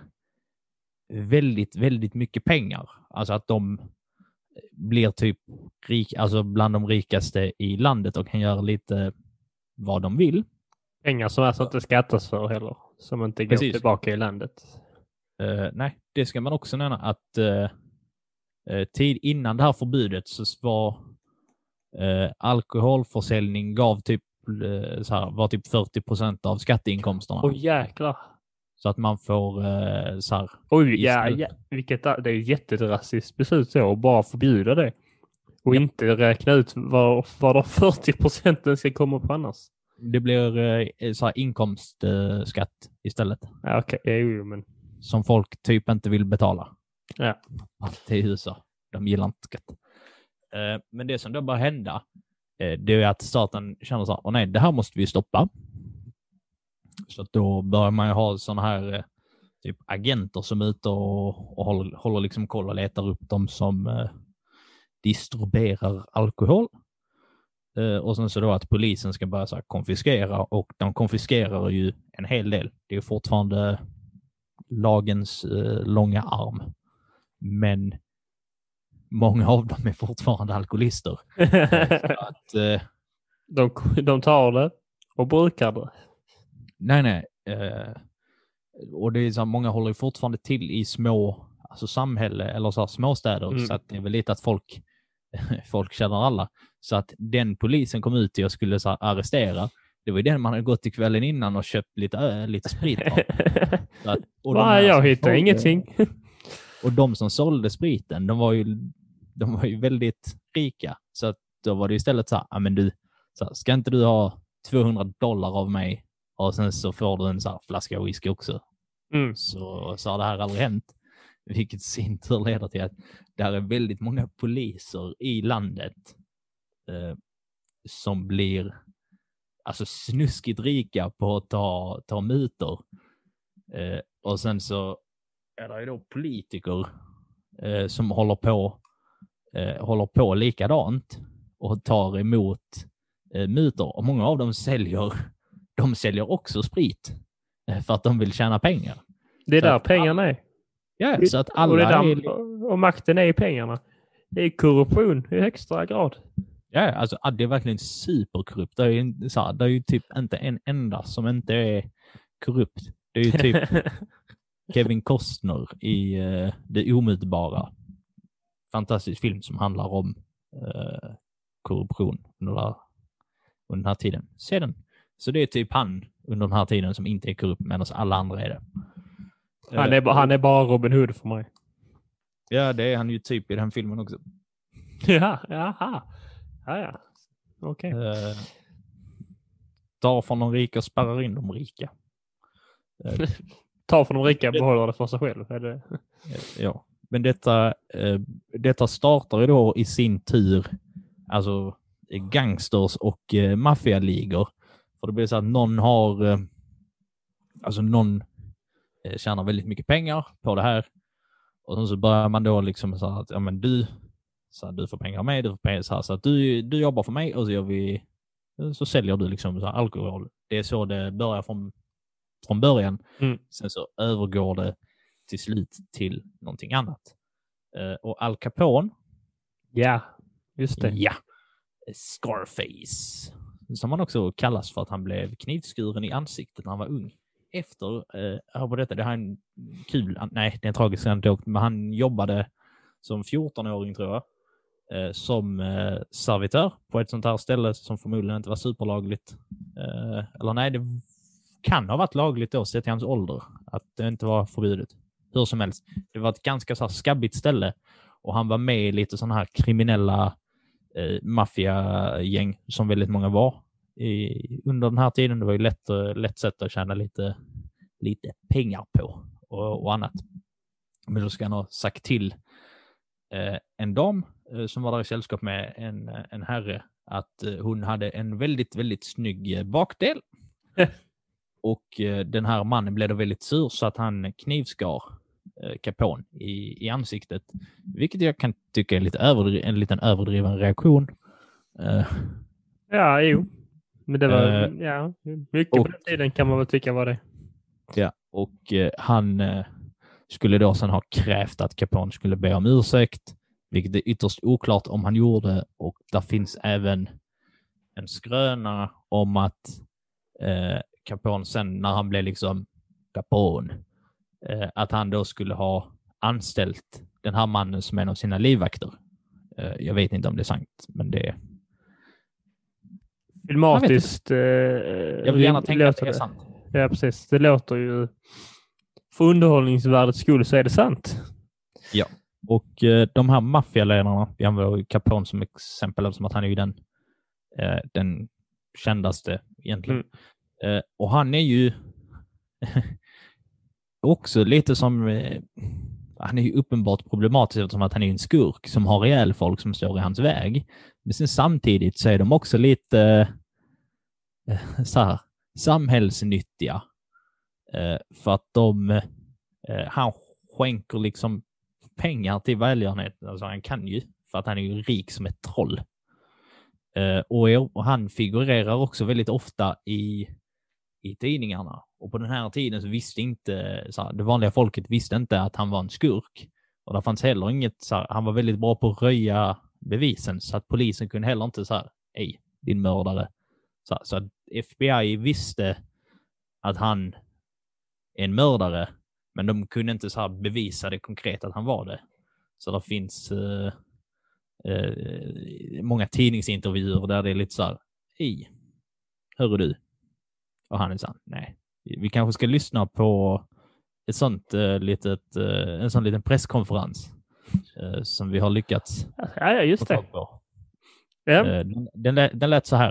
väldigt, väldigt mycket pengar. Alltså att de blir typ rik, alltså bland de rikaste i landet och kan göra lite vad de vill. Pengar som alltså inte skattas för heller. Som inte går Precis. Tillbaka i landet. Uh, nej, det ska man också nämna att uh, uh, tid innan det här förbudet så var uh, alkoholförsäljning gav typ, uh, så här, var typ fyrtio procent av skatteinkomsterna. Åh oh, jäklar. Så att man får uh, så här... Oj, ja, ja, vilket det är ett jättedrastiskt beslut så att bara förbjuda det. Och ja. Inte räkna ut var, var de fyrtio procenten ska komma på annars. Det blir eh, så här inkomstskatt eh, istället. Ja, okej. Okay. Jo, men... Som folk typ inte vill betala. Ja. Allt i huset. De gillar inte skatt. Eh, men det som då bara hända eh, det är att staten känner så här, åh nej, det här måste vi stoppa. Så att då börjar man ju ha sådana här eh, typ agenter som är ute och, och håller, håller liksom koll och letar upp dem som eh, distribuerar alkohol. Och sen så då att polisen ska börja så här konfiskera, och de konfiskerar ju en hel del. Det är fortfarande lagens eh, långa arm. Men många av dem är fortfarande alkoholister. Så att, eh, de, de tar det och brukar det. Nej, nej. Eh, och det är så här, många håller fortfarande till i små alltså samhälle eller så här småstäder. Mm. Så att det är väl lite att folk folk känner alla. Så att den polisen kom ut till och skulle så här, arrestera. Det var ju den man hade gått till kvällen innan och köpt lite, ö, lite sprit av. Så att, och Va, jag hittar sålde, ingenting. Och de som sålde spriten, de var ju, de var ju väldigt rika. Så att då var det istället så här, ja men du, så här, ska inte du ha tvåhundra dollar av mig och sen så får du en så här flaska whisky också. Mm. Så, så har det här aldrig hänt. Vilket sin tur leder till att det är väldigt många poliser i landet eh, som blir alltså snuskigt rika på att ta, ta mutor. Eh, och sen så är det ju då politiker eh, som håller på eh, håller på likadant och tar emot eh, mutor. Och många av dem säljer de säljer också sprit eh, för att de vill tjäna pengar. Det är så där pengarna är. Ja, så att alla och, det där, är... och makten är i pengarna. Det är korruption i högsta grad. Ja, alltså det är verkligen superkorrupt. Det är ju, så här, det är ju typ inte en enda som inte är korrupt. Det är ju typ Kevin Costner i uh, Det omutbara. Fantastisk film som handlar om uh, korruption under, där, under den här tiden. Se den. Så det är typ han under den här tiden som inte är korrupt medan alla andra är det. Han är, han är bara Robin Hood för mig. Ja, det är han ju typ i den filmen också. Ja, jaha. Ja, ja. Okej. Okay. Uh, tar från de rika och spärrar in de rika. Uh, tar från de rika och behåller det för sig själv. Är det... Ja, men detta, eh, detta startar ju då i sin tur alltså gangsters och eh, maffialigor. För det blir så att någon har eh, alltså någon eh, tjänar väldigt mycket pengar på det här. Och sen så börjar man då liksom så att ja men du så här, du får pengar av mig, du får pengar så här, så att du, du jobbar för mig och så gör vi så säljer du liksom så här, alkohol. Det är så det börjar från, från början. Mm. Sen så övergår det till slut till någonting annat. Uh, och Al Capone. Ja, just det. Ja. Scarface. Som han också kallas för att han blev knivskuren i ansiktet när han var ung. Efter, uh, på detta, det här är en kul, nej det är en tragisk anekdot, men han jobbade som fjorton-åring tror jag. Uh, som uh, servitör på ett sånt här ställe som förmodligen inte var superlagligt. Uh, eller nej, det kan ha varit lagligt då sett till hans ålder. Att det inte var förbjudet. Hur som helst. Det var ett ganska så här skabbigt ställe. Och han var med i lite sådana här kriminella eh, maffiagäng som väldigt många var i, under den här tiden. Det var ju lätt, lätt sätt att tjäna lite, lite pengar på och, och annat. Men då ska han ha sagt till eh, en dam eh, som var där i sällskap med en, en herre att eh, hon hade en väldigt, väldigt snygg bakdel. Och eh, den här mannen blev då väldigt sur så att han knivskar eh, Capone i, i ansiktet. Vilket jag kan tycka är lite överdri- en liten överdriven reaktion. Eh, ja, jo. Men det var, eh, ja, mycket och, på den tiden kan man väl tycka var det. Ja, och eh, han eh, skulle då sedan ha krävt att Capone skulle be om ursäkt. Vilket är ytterst oklart om han gjorde. Och där finns även en skröna om att eh, Capone sen när han blev liksom Capone eh, att han då skulle ha anställt den här mannen som en av sina livvakter. Eh, jag vet inte om det är sant, men det är filmatiskt. Jag, eh, jag vill gärna tänka att det är sant. Ja, precis. Det låter ju för underhållningsvärdets skull så är det sant. Ja, och eh, de här maffialedarna, vi använder Capone som exempel eftersom att han är ju den, eh, den kändaste egentligen. Mm. Uh, och han är ju också lite som uh, han är ju uppenbart problematisk eftersom att han är en skurk som har rejäl folk som står i hans väg. Men sen samtidigt så är de också lite uh, så här, samhällsnyttiga. Uh, för att de uh, han skänker liksom pengar till välgörenhet. Alltså han kan ju, för att han är ju rik som ett troll. Uh, och, och han figurerar också väldigt ofta i i tidningarna. Och på den här tiden så visste inte så här, det vanliga folket visste inte att han var en skurk. Och det fanns heller inget så här, han var väldigt bra på att röja bevisen så att polisen kunde heller inte så här, ej, din mördare. Så, här, så att F B I visste att han är en mördare, men de kunde inte så här bevisa det konkret att han var det. Så det finns uh, uh, många tidningsintervjuer där det är lite så här, ej, hör du? Och han är sån, nej. Vi kanske ska lyssna på ett sånt uh, litet, uh, en sån liten presskonferens uh, som vi har lyckats ja, ja just det. På. Ja. Uh, den, den, lät, den lät så här.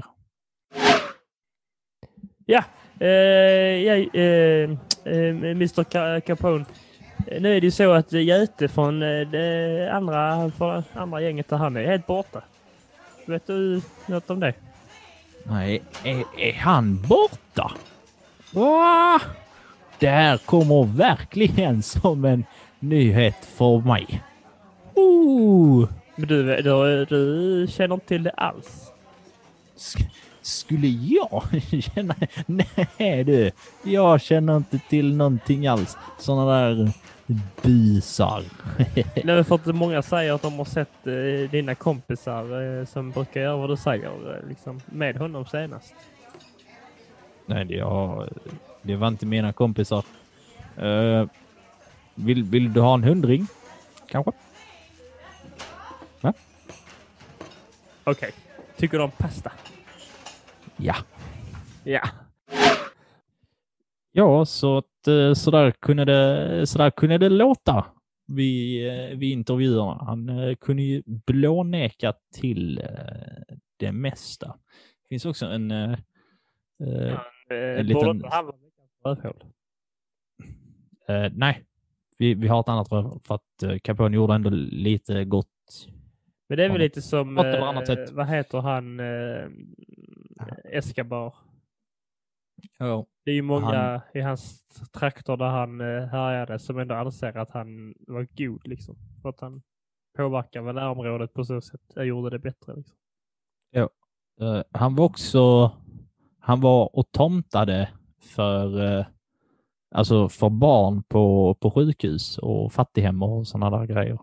Ja, uh, ja uh, uh, mister Capone. Nu är det ju så att Göte från det andra, från andra gänget där han är helt borta. Vet du något om det? Nej, är, är han borta? Va? Det här kommer verkligen som en nyhet för mig. Uh. Men du, du, du känner inte till det alls? Sk- skulle jag känna? Nej du, jag känner inte till någonting alls. Såna där busar. Nej, för att många säger att de har sett eh, dina kompisar eh, som brukar göra vad du säger eh, liksom, med honom senast. Nej, det, jag, det var inte mina kompisar. Uh, vill, vill du ha en hundring? Kanske? Va? Okej. Okay. Tycker du om pasta? Ja. Ja. Ja, så att så där kunde det så där kunde det låta vid, vid intervjuerna. Han kunde ju blåneka till det mesta. Det finns också en, ja, en liten... Uh, nej, vi, vi har ett annat röv för att uh, Capone gjorde ändå lite gott. Men det är väl lite som, uh, vad heter han, uh, Escobar. Oh, det är ju många han... i hans traktor där han uh, härjade som ändå anser att han var god liksom. För att han påverkar väl området på så sätt. Jag gjorde det bättre liksom. Ja. Uh, han var också, han var och tomtade för, uh, alltså för barn på, på sjukhus och fattighem och sådana där grejer.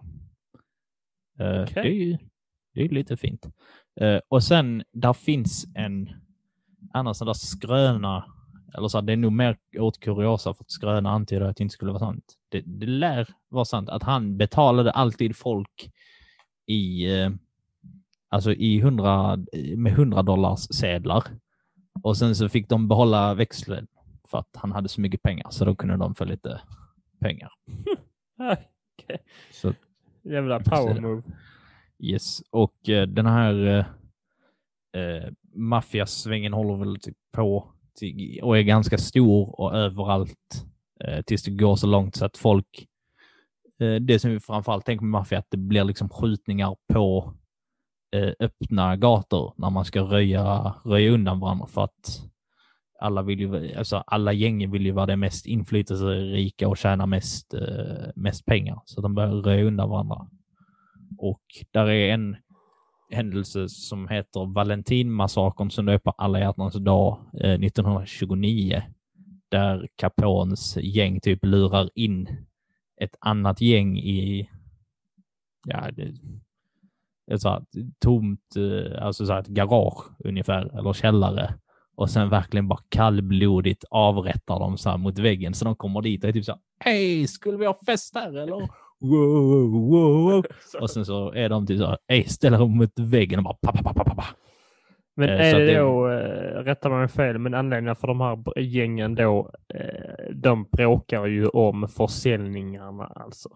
Uh, okay. Det är ju det är lite fint. Uh, och sen, där finns en annan sån där skröna, eller så här, det är nog mer åt kuriosa för att skröna antyder att det inte skulle vara sant. Det, det lär vara sant att han betalade alltid folk i, uh, alltså i hundra, med hundra dollars sedlar. Och sen så fick de behålla växeln för att han hade så mycket pengar. Så då kunde de få lite pengar. Okay. Så, jävla power move. Yes. Och eh, den här eh, maffiasvängen håller väl typ på till, och är ganska stor och överallt eh, tills det går så långt så att folk, eh, det som vi framförallt tänker med maffia, att det blir liksom skjutningar på öppna gator när man ska röja, röja undan varandra för att alla vill ju, alltså alla gäng vill ju vara det mest inflytelserika och tjäna mest, eh, mest pengar. Så de börjar röja undan varandra. Och där är en händelse som heter Valentinmassakern som är på alla hjärtans dag eh, nittonhundratjugonio där Capones gäng typ lurar in ett annat gäng i ja, det ett så här tomt, alltså så här ett garage ungefär, eller källare. Och sen verkligen bara kallblodigt avrättar dem så här mot väggen. Så de kommer dit och är typ så här, hej, skulle vi ha fest här eller? Wow, wow, wow. Och sen så är de typ så här, hej, ställer dem mot väggen och bara pa, pa, pa, pa, pa. Men är så det, det då, äh, rättar man fel, men anledningen för de här gängen då, äh, de bråkar ju om försäljningarna alltså.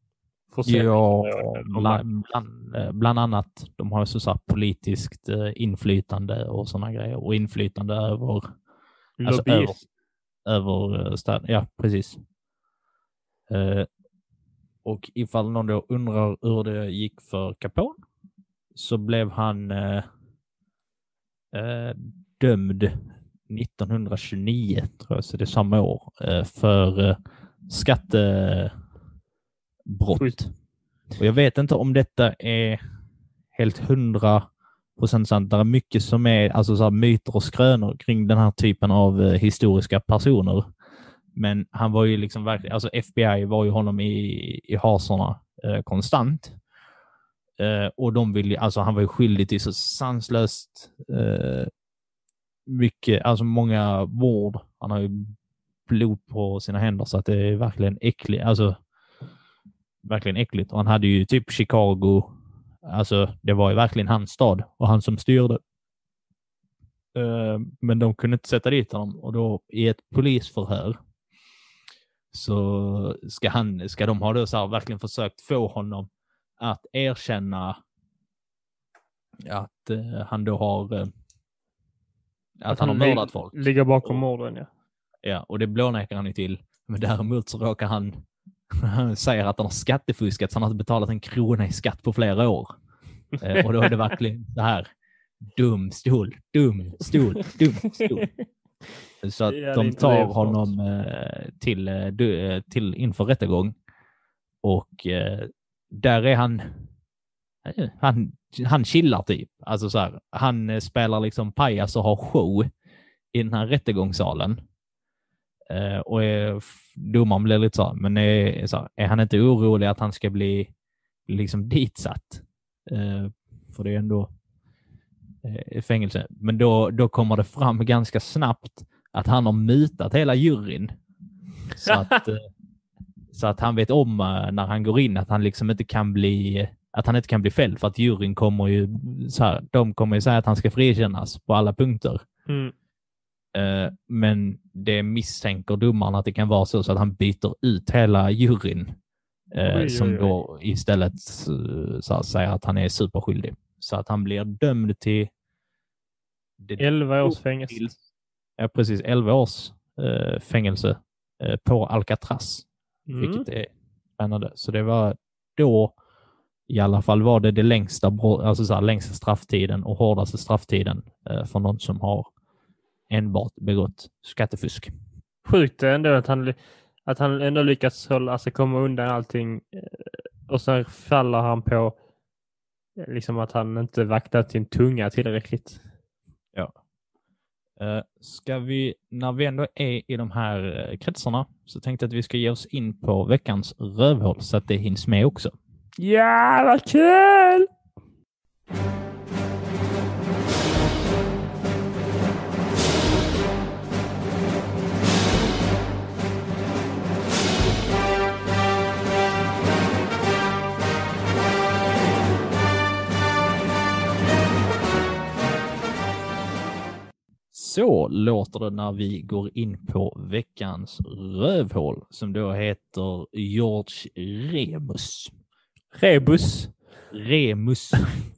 Ja, bland, bland, bland annat. De har ju så, så här politiskt inflytande och sådana grejer. Och inflytande över... Alltså över, över städer. Ja, precis. Uh, och ifall någon då undrar hur det gick för Capone så blev han uh, uh, dömd nittonhundratjugonio, tror jag, så det är samma år, uh, för uh, skatte... brott. Och jag vet inte om detta är helt hundra procent sant. Det är mycket som är alltså så här myter och skrönor kring den här typen av eh, historiska personer. Men han var ju liksom verkligen, alltså F B I var ju honom i, i hasorna eh, konstant. Eh, och de ville, alltså han var ju skyldig till så sanslöst eh, mycket, alltså många mord. Han har ju blod på sina händer så att det är verkligen äckligt, alltså verkligen äckligt. Och han hade ju typ Chicago, alltså det var ju verkligen hans stad och han som styrde. Uh, men de kunde inte sätta dit honom och då i ett polisförhör så ska, han, ska de ha då så här verkligen försökt få honom att erkänna att uh, han då har uh, att, att han har mördat folk. Ligger bakom morden, ja. Ja, och det blånekar han ju till. Men däremot så råkar han han säger att han har skattefuskat så han har betalat en krona i skatt på flera år. Eh, och då är det verkligen så här dum stol, dum stol, dum stol. Så att de tar honom eh, till, eh, till inför rättegång och eh, där är han eh, han, han chillar typ. Alltså så här, han eh, spelar liksom pajas och har show i den här rättegångssalen. Uh, och är, domaren blir lite så, men är, så, är han inte orolig att han ska bli liksom ditsatt? Uh, för det är ändå uh, fängelse. Men då, då kommer det fram ganska snabbt att han har mutat hela juryn. Så att, uh, så att han vet om uh, när han går in att han liksom inte kan bli att han inte kan bli fälld för att juryn kommer ju så här, de kommer ju säga att han ska frikännas på alla punkter. Mm. Uh, men det misstänker domaren att det kan vara så, så att han byter ut hela juryn uh, oj, som oj, oj. Då istället uh, så att säga att han är superskyldig. Så att han blir dömd till elva års fängelse. Till, ja, precis. elva års uh, fängelse uh, på Alcatraz. Mm. Vilket är spännande. Så det var då i alla fall var det det längsta, alltså så här, längsta strafftiden och hårdaste strafftiden eh, för någon som har enbart begått skattefusk. Sjukt ändå att han, att han ändå lyckats hålla, alltså komma undan allting och sen faller han på liksom att han inte vaktat sin tunga tillräckligt. Ja. Uh, ska vi, när vi ändå är i de här uh, kretsarna, så tänkte jag att vi ska ge oss in på veckans rövhål så att det hinns med också. Ja, vad kul! Så låter det när vi går in på veckans rövhål som då heter George Remus. Rebus. Remus.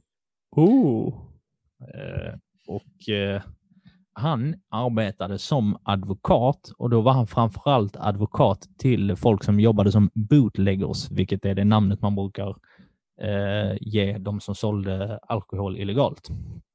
Oh. Eh, och eh, han arbetade som advokat och då var han framförallt advokat till folk som jobbade som bootleggers, vilket är det namnet man brukar eh, ge de som sålde alkohol illegalt.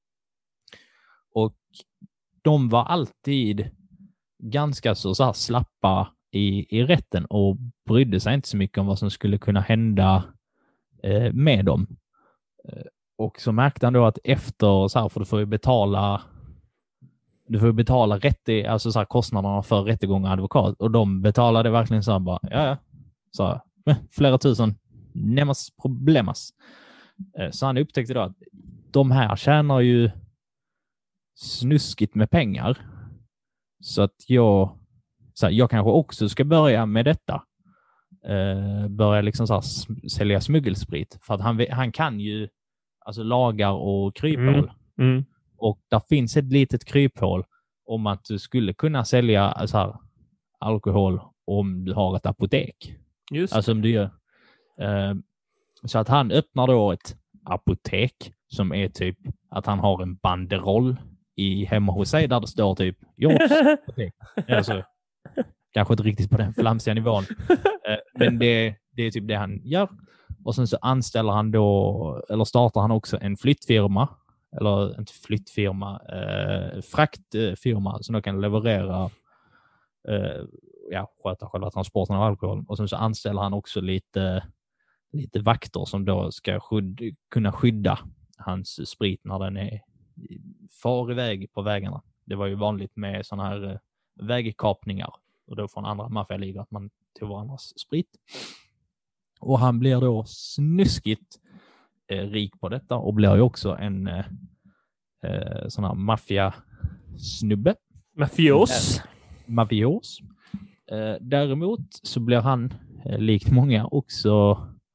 Och de var alltid ganska så, så här slappa i, i rätten och brydde sig inte så mycket om vad som skulle kunna hända eh, med dem. Eh, och så märkte han då att efter så här, för du får ju betala du får ju betala rätt, alltså så här, kostnaderna för rättegång och advokat, och de betalade verkligen så här bara, ja ja, så här, flera tusen, nemas problemas. Eh, så han upptäckte då att de här tjänar ju snuskigt med pengar. Så att jag så här, jag kanske också ska börja med detta. Eh, börja liksom så här, sälja smuggelsprit. För att han, han kan ju alltså lagar och kryphål. Mm. Mm. Och där finns ett litet kryphål om att du skulle kunna sälja så här, alkohol om du har ett apotek. Just. Alltså om du gör. Eh, så att han öppnar då ett apotek som är typ att han har en banderoll i hemma hos sig där det står typ George apotek. Alltså, kanske inte riktigt på den flamsiga nivån. Eh, men det, det är typ det han gör. Och sen så anställer han då, eller startar han också en flyttfirma. Eller inte flyttfirma, eh, fraktfirma som då kan leverera, eh, ja, sköta själva transporten av alkohol. Och sen så anställer han också lite, lite vakter som då ska skydd, kunna skydda hans sprit när den är far iväg på vägarna. Det var ju vanligt med sådana här eh, vägkapningar och då från andra maffialigor att man tog varandras sprit. Och han blir då snuskigt eh, rik på detta och blir ju också en eh, eh, sån här maffia-snubbe. Mafios. Eh, mafios. Eh, däremot så blir han, eh, likt många, också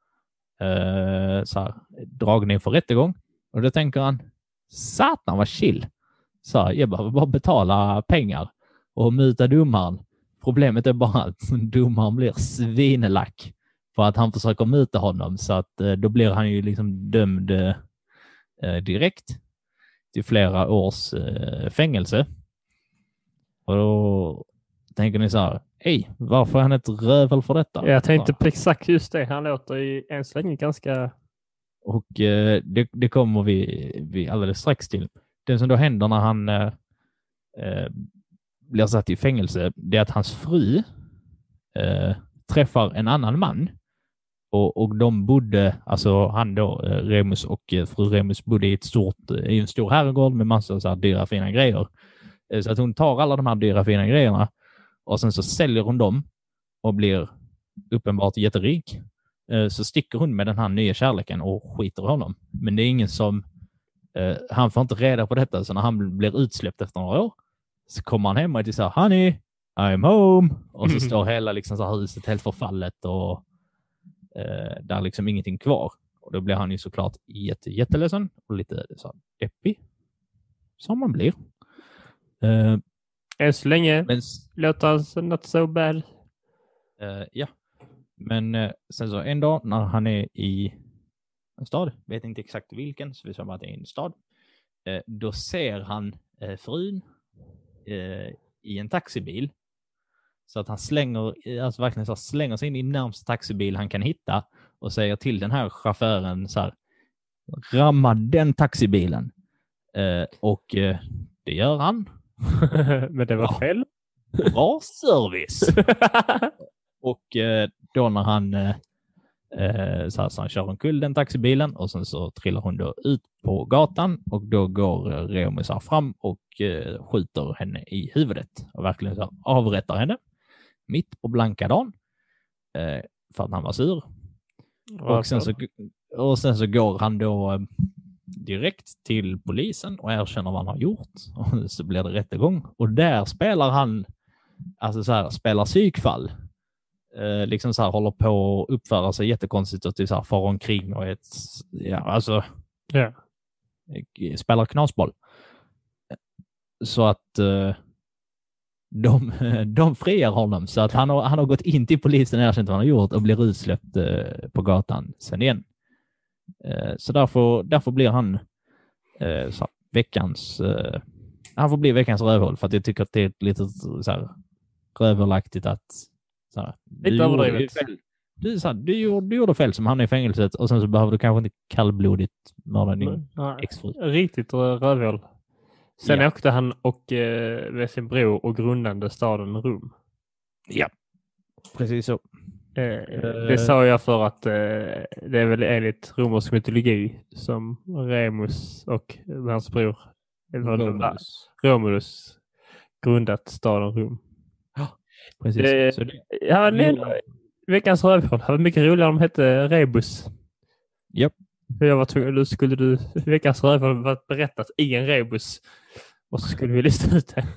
eh, så här, dragen inför rättegång. Och då tänker han, satan vad chill. Så här, jag behöver bara betala pengar och muta domaren. Problemet är bara att domaren blir svinelack för att han försöker muta honom, så att eh, då blir han ju liksom dömd eh, direkt till flera års eh, fängelse. Och då tänker ni så här, hej, varför är han ett rövel för detta? Jag tänkte på exakt just det. Han låter ju än så länge ganska... Och eh, det, det kommer vi, vi alldeles strax till. Det som då händer när han eh, blir satt i fängelse, det är att hans fru eh, träffar en annan man. Och, och de bodde, alltså han då, eh, Remus och eh, fru Remus bodde i ett stort, i en stor herrgård med massor så här dyra fina grejer. Eh, så att hon tar alla de här dyra fina grejerna och sen så säljer hon dem och blir uppenbart jätterik. Eh, så sticker hon med den här nya kärleken och skiter honom. Men det är ingen som, eh, han får inte reda på detta, så när han blir utsläppt efter några år så kommer han hem och säger, honey, I'm home. Och så står hela liksom så här huset helt förfallet och eh, där är liksom ingenting kvar. Och då blir han ju såklart jätte, jätteledsen och lite så deppig. Som man blir. Eh, Än så länge men, låter han not so bad. Eh, ja. Men eh, sen så en dag när han är i en stad, vet inte exakt vilken, så vi sa bara att det är en stad. Eh, då ser han eh, frun eh, i en taxibil Så att han slänger, alltså verkligen så här, slänger sig in i närmsta taxibil han kan hitta och säger till den här chauffören så här, ramma den taxibilen. Eh, och eh, det gör han. Men det var ja. fel. Bra service. Och eh, då när han eh, så, här, så han kör omkull den taxibilen och sen så trillar hon då ut på gatan och då går eh, Remus fram och eh, skjuter henne i huvudet och verkligen så här, avrättar henne mitt på blanka dagen eh, för att han var sur. Och sen, så, och sen så går han då eh, direkt till polisen och erkänner vad han har gjort. Och så blir det rättegång. Och där spelar han, alltså så här, spelar psykfall. Eh, liksom så här håller på att uppföra sig jättekonstigt och till så här far omkring och ett, ja, alltså yeah. spelar knasboll. Så att eh, de, de friar honom så att han har, han har gått in till polisen och erkänt vad han har gjort och blir utsläppt eh, på gatan sen igen. Eh, så därför, därför blir han eh, så här, veckans eh, han får bli veckans rövhål för att jag tycker att det är lite så här rövhålaktigt att så här, lite överdrivet. Du, så här, du, gjorde, du gjorde fel som han är i fängelset och sen så behöver du kanske inte kallblodigt mörda din exfru. Riktigt rövhål. Sen ja. åkte han och eh, med sin bror och grundade staden Rom. Ja, precis så. Eh, det sa jag för att eh, det är väl enligt romersk mytologi som Remus och hans bror Romulus. Romulus grundat staden Rom. Ja, precis. Det, så det, ja, nej, veckans rövhål. Det var mycket roligare om de hette Rebus. Japp. Jag var tvungen, då skulle du veckans rövhål varit berättat i en rebus och så skulle vi lista ut det.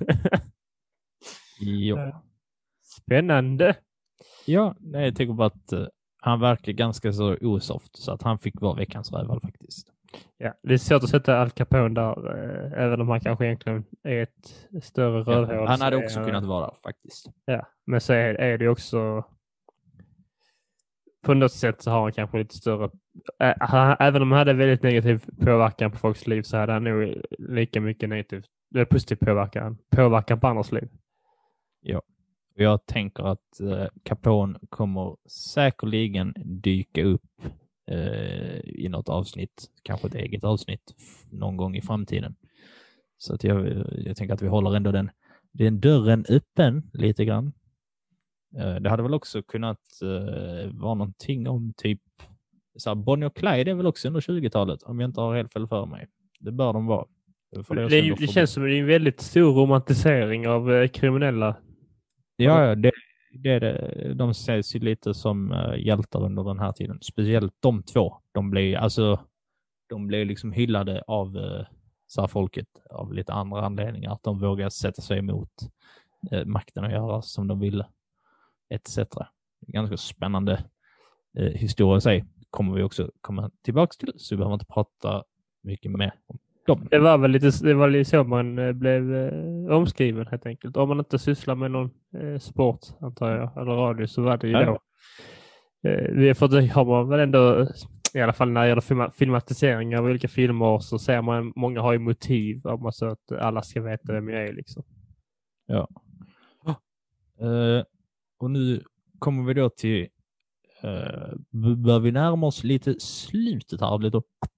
Jo. Spännande. Ja, nej, jag tycker bara att uh, han verkar ganska så osoft så att han fick vara veckans rövhål faktiskt. Ja, det är svårt att sätta Al Capone där eh, även om han kanske egentligen är ett större rövhål. Ja, han hade också är, kunnat vara där faktiskt. Ja, men så är, är det också på något sätt så har han kanske lite större äh, han, även om han hade väldigt negativ påverkan på folks liv så hade han nog lika mycket negativ eller positiv påverkan påverkan på andras liv. Ja, jag tänker att eh, Capone kommer säkerligen dyka upp eh, i något avsnitt, kanske ett eget avsnitt någon gång i framtiden. Så att jag, jag tänker att vi håller ändå den, den dörren öppen lite grann. Det hade väl också kunnat uh, vara någonting om typ så här, Bonnie och Clyde är väl också under tjugotalet om jag inte har helt fel för mig. Det bör de vara. Det, det, det, det känns som en väldigt stor romantisering av uh, kriminella. Ja, ja det, det, det, de ses ju lite som uh, hjältar under den här tiden. Speciellt de två. De blir alltså de blir liksom hyllade av uh, så här, folket av lite andra anledningar. Att de vågar sätta sig emot uh, makten och göra som de ville. et cetera. Ganska spännande eh, historia i sig. Kommer vi också komma tillbaka till så vi behöver inte prata mycket mer om dem. Det var väl lite, det var lite så man eh, blev eh, omskriven helt enkelt. Om man inte sysslar med någon eh, sport antar jag, eller radio så var det ju ja. då. Eh, vi för det har man väl ändå i alla fall när det gäller film, filmatisering av olika filmer så ser man många har ju motiv om man så att alla ska veta vem jag är liksom. Ja. Uh. Och nu kommer vi då till uh, bör vi närma oss lite slutet här lite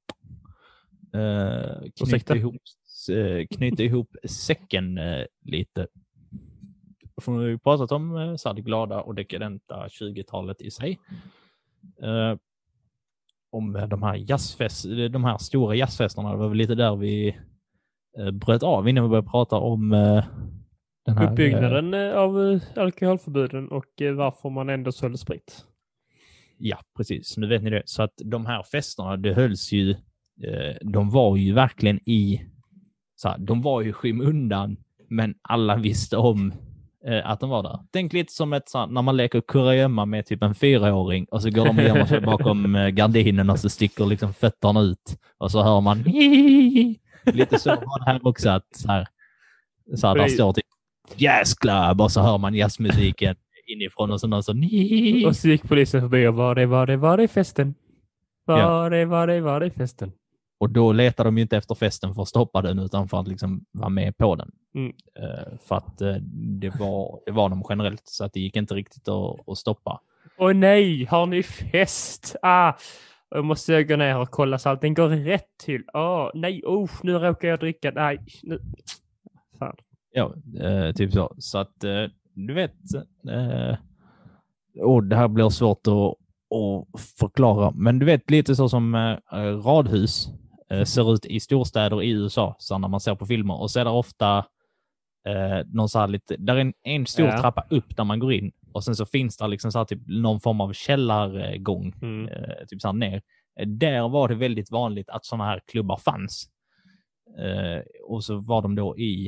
uh, knyta, ihop, uh, knyta ihop säcken uh, lite. För nu har vi pratat om uh, så här, det glada och dekadenta tjugotalet i sig. Uh, om de här jazzfest, de här stora jazzfesterna, det var väl lite där vi uh, bröt av innan vi började prata om uh, den här, uppbyggnaden äh, av alkoholförbuden och äh, varför man ändå sålde sprit. Ja, precis. Nu vet ni det. Så att de här festerna, det hölls ju, eh, de var ju verkligen i, så här, de var ju skymundan, men alla visste om eh, att de var där. Tänk lite som ett, så här, när man leker kurragömma med typ en fyraåring och så går de och gömmer sig bakom eh, gardinen och så sticker liksom fötterna ut och så hör man lite så var det här också att så här, så här där står typ jazzklubb och så hör man jazzmusiken inifrån och så någon så ni. Och så gick polisen förbi och var det, var det, var det festen? Var ja. det, var det, var det festen? Och då letar de ju inte efter festen för att stoppa den utan för att liksom vara med på den. Mm. Uh, för att uh, det, var, det var de generellt så att det gick inte riktigt att, att stoppa. Åh nej, har ni fest? Ah, jag måste gå ner och kolla så allting går rätt till. Åh, nej, oh, nu råkar jag dricka. Nej, nu. Fan. Ja, uh, typ så. Så att uh, du vet, uh, oh, det här blir svårt att, att förklara. Men du vet lite så som uh, radhus uh, ser ut i storstäder i U S A. Så när man ser på filmer. Och så är det ofta uh, någon så här lite, där är en, en stor ja. trappa upp där man går in. Och sen så finns det liksom så här typ någon form av källargång mm. uh, typ så här ner. Uh, där var det väldigt vanligt att sådana här klubbar fanns. Uh, och så var de då i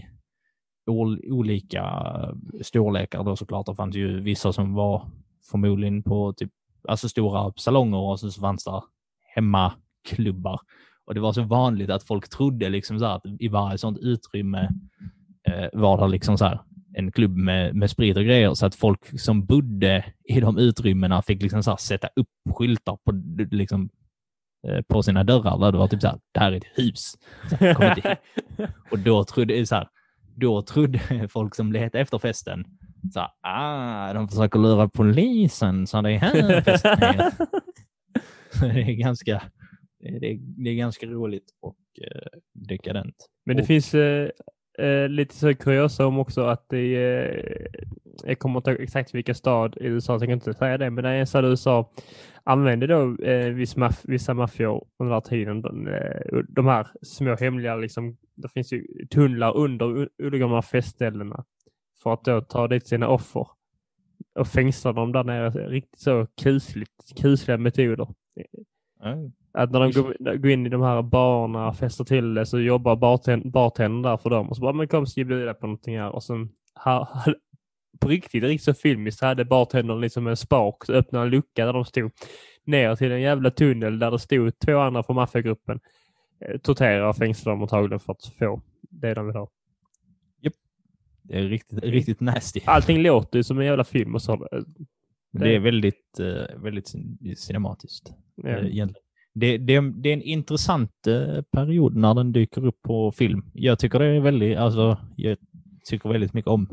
olika storlekar då såklart. Det fanns ju vissa som var förmodligen på typ alltså stora salonger och så fanns det hemmaklubbar. Och det var så vanligt att folk trodde liksom så här att i varje sånt utrymme eh, var det liksom så här en klubb med, med sprit och grejer så att folk som bodde i de utrymmena fick liksom så här sätta upp skyltar på liksom eh, på sina dörrar där det var typ så här, det här är ett hus. Kom inte och då trodde så här Då trodde folk som letade efter festen så här, ah, de försöker lura polisen så det är här festen är. det är ganska det är, det är ganska roligt och eh, dekadent. Men det och, finns eh, eh, lite så kuriosa om också att det eh, jag kommer inte ihåg exakt vilka stad i U S A, så jag kan inte säga det, men det är en stad i U S A använde då eh, viss maf- vissa maffior under den här tiden de, eh, de här små hemliga liksom, det finns ju tunnlar under olika de här festställena för att då ta dit sina offer och fängsla dem där nere. Riktigt så kusligt, kusliga metoder. Mm. Att när de går, går in i de här barerna och festar till det så jobbar bartend- bartendern där för dem och så bara, men kom ska jag bjuda på någonting här och sen ha, på riktigt, riktigt så filmiskt hade bartendern liksom en spak så öppnade en lucka där de stod ner till en jävla tunnel där det stod två andra från maffiagruppen eh, tortera och fängsla dem och tagligen för att få det de vill ha. Japp. Det är riktigt, riktigt nasty. Allting låter ju som en jävla film och så. Det, det är väldigt, väldigt cinematiskt. Ja. Egentligen. Det, det, det är en intressant period när den dyker upp på film. Jag tycker det är väldigt, alltså jag tycker väldigt mycket om.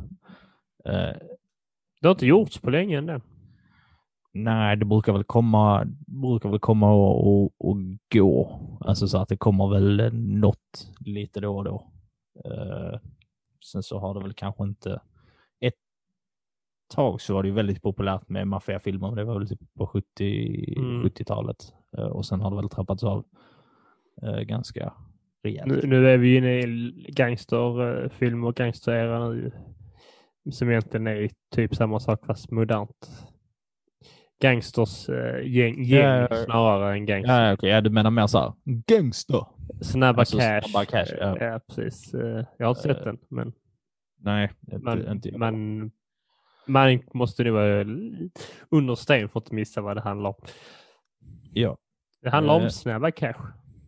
Det har inte gjorts på länge än det. Nej, det brukar väl komma brukar väl komma och, och, och gå. Alltså så att det kommer väl något lite då och då. Uh, sen så har det väl kanske inte ett tag så var det ju väldigt populärt med maffiafilmer. Det var väl typ på sjuttio, mm. sjuttiotalet. Uh, och sen har det väl trappats av uh, ganska rejält. Nu, nu är vi inne i gangsterfilm och gangsterera nu. Som egentligen är typ samma sak fast modernt. Gangsters äh, gäng, gäng ja, snarare än gangster. Ja, okay. Ja, du menar mer så här gangster. Snabba alltså, cash. Snabba cash ja. Ja, precis. Jag har inte sett uh, den, men nej, man, inte, inte man, man måste nu vara under sten för att missa vad det handlar om. Ja. Det handlar uh, om snabba cash.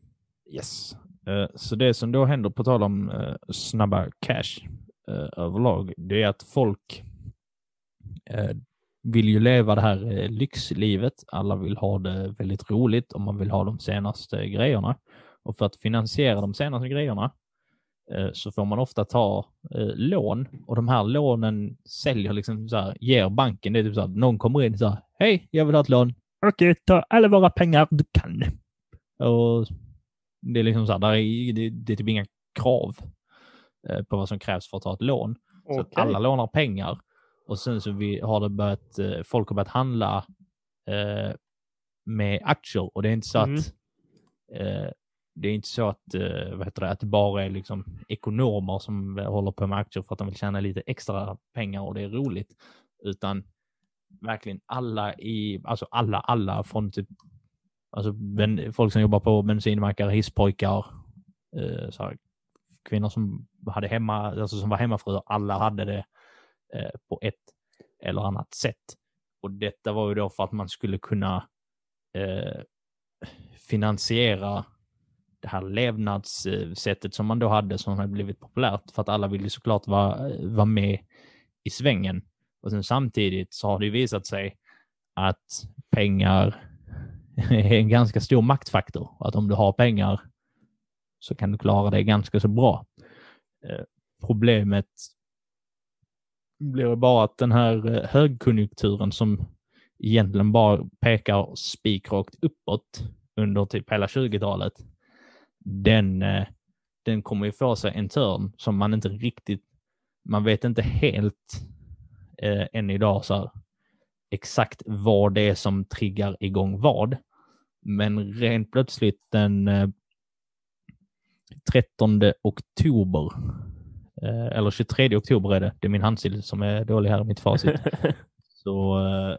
Yes. Uh, så det som då händer på tal om uh, snabba cash uh, överlag, det är att folk uh, vill ju leva det här eh, lyxlivet. Alla vill ha det väldigt roligt och man vill ha de senaste grejerna. Och för att finansiera de senaste grejerna eh, så får man ofta ta eh, lån. Och de här lånen säljer liksom så här, ger banken. Det är typ så att någon kommer in och säger hej, jag vill ha ett lån. Okej, ta alla våra pengar du kan. Och det är liksom så här, där är, det, det är typ inga krav eh, på vad som krävs för att ta ett lån. Okay. Så att alla lånar pengar. Och sen så vi har det börjat, folk har börjat handla eh, med aktier. Och det är inte så mm. att eh, det är inte så att, eh, vad heter det, att det bara är liksom ekonomer som håller på med aktier för att de vill tjäna lite extra pengar och det är roligt. Utan verkligen alla i, alltså alla, alla från typ, alltså ben, folk som jobbar på bensinmackar, hisspojkar, eh, så här, kvinnor som hade hemma, alltså som var hemmafruar, alla hade det på ett eller annat sätt. Och detta var ju då för att man skulle kunna eh, finansiera det här levnadssättet som man då hade som hade blivit populärt för att alla ville såklart vara, vara med i svängen. Och sen samtidigt så har det visat sig att pengar är en ganska stor maktfaktor. Att om du har pengar så kan du klara det ganska så bra. Eh, problemet blir bara att den här högkonjunkturen som egentligen bara pekar spikrakt uppåt under typ hela tjugotalet, den, den kommer ju få sig en törn som man inte riktigt, man vet inte helt eh, än idag så här, exakt vad det är som triggar igång vad. Men rent plötsligt den eh, trettonde oktober eh, eller tjugotredje oktober är det, det är min handsil som är dålig här i mitt facit. så eh,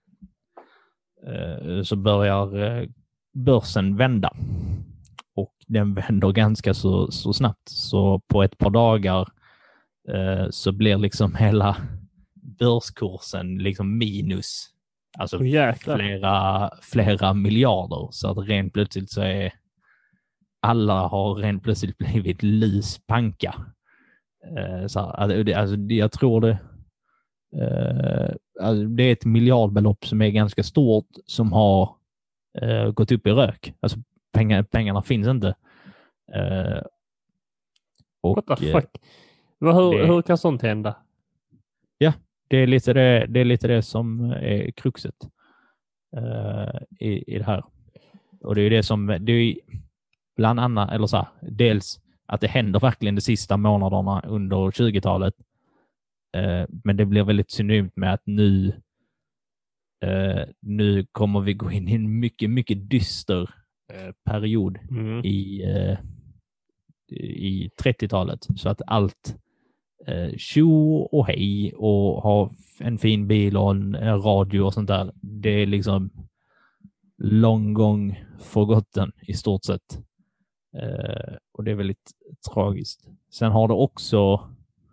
eh, så börjar eh, börsen vända. Och den vänder ganska så, så snabbt. Så på ett par dagar eh, så blir liksom hela börskursen liksom minus. Alltså oh, flera, flera miljarder. Så att rent plötsligt så är alla har rent plötsligt blivit lyspanka. Eh, så alltså, alltså, jag tror det eh, alltså, det är ett miljardbelopp som är ganska stort som har eh, gått upp i rök. Alltså pengar, pengarna finns inte. Eh, och, What the fuck? Eh, hur, det, hur kan sånt hända? Ja, det är lite det, det, är lite det som är kruxet eh, i, i det här. Och det är det som det är bland annat, eller så här, dels att det händer verkligen de sista månaderna under tjugotalet. Eh, men det blir väldigt synonymt med att nu eh, nu kommer vi gå in i en mycket, mycket dyster eh, period mm. i, eh, i trettiotalet. Så att allt eh, tjo och hej och ha en fin bil och en, en radio och sånt där, det är liksom lång gång forgotten i stort sett. Uh, och det är väldigt tragiskt. Sen har det också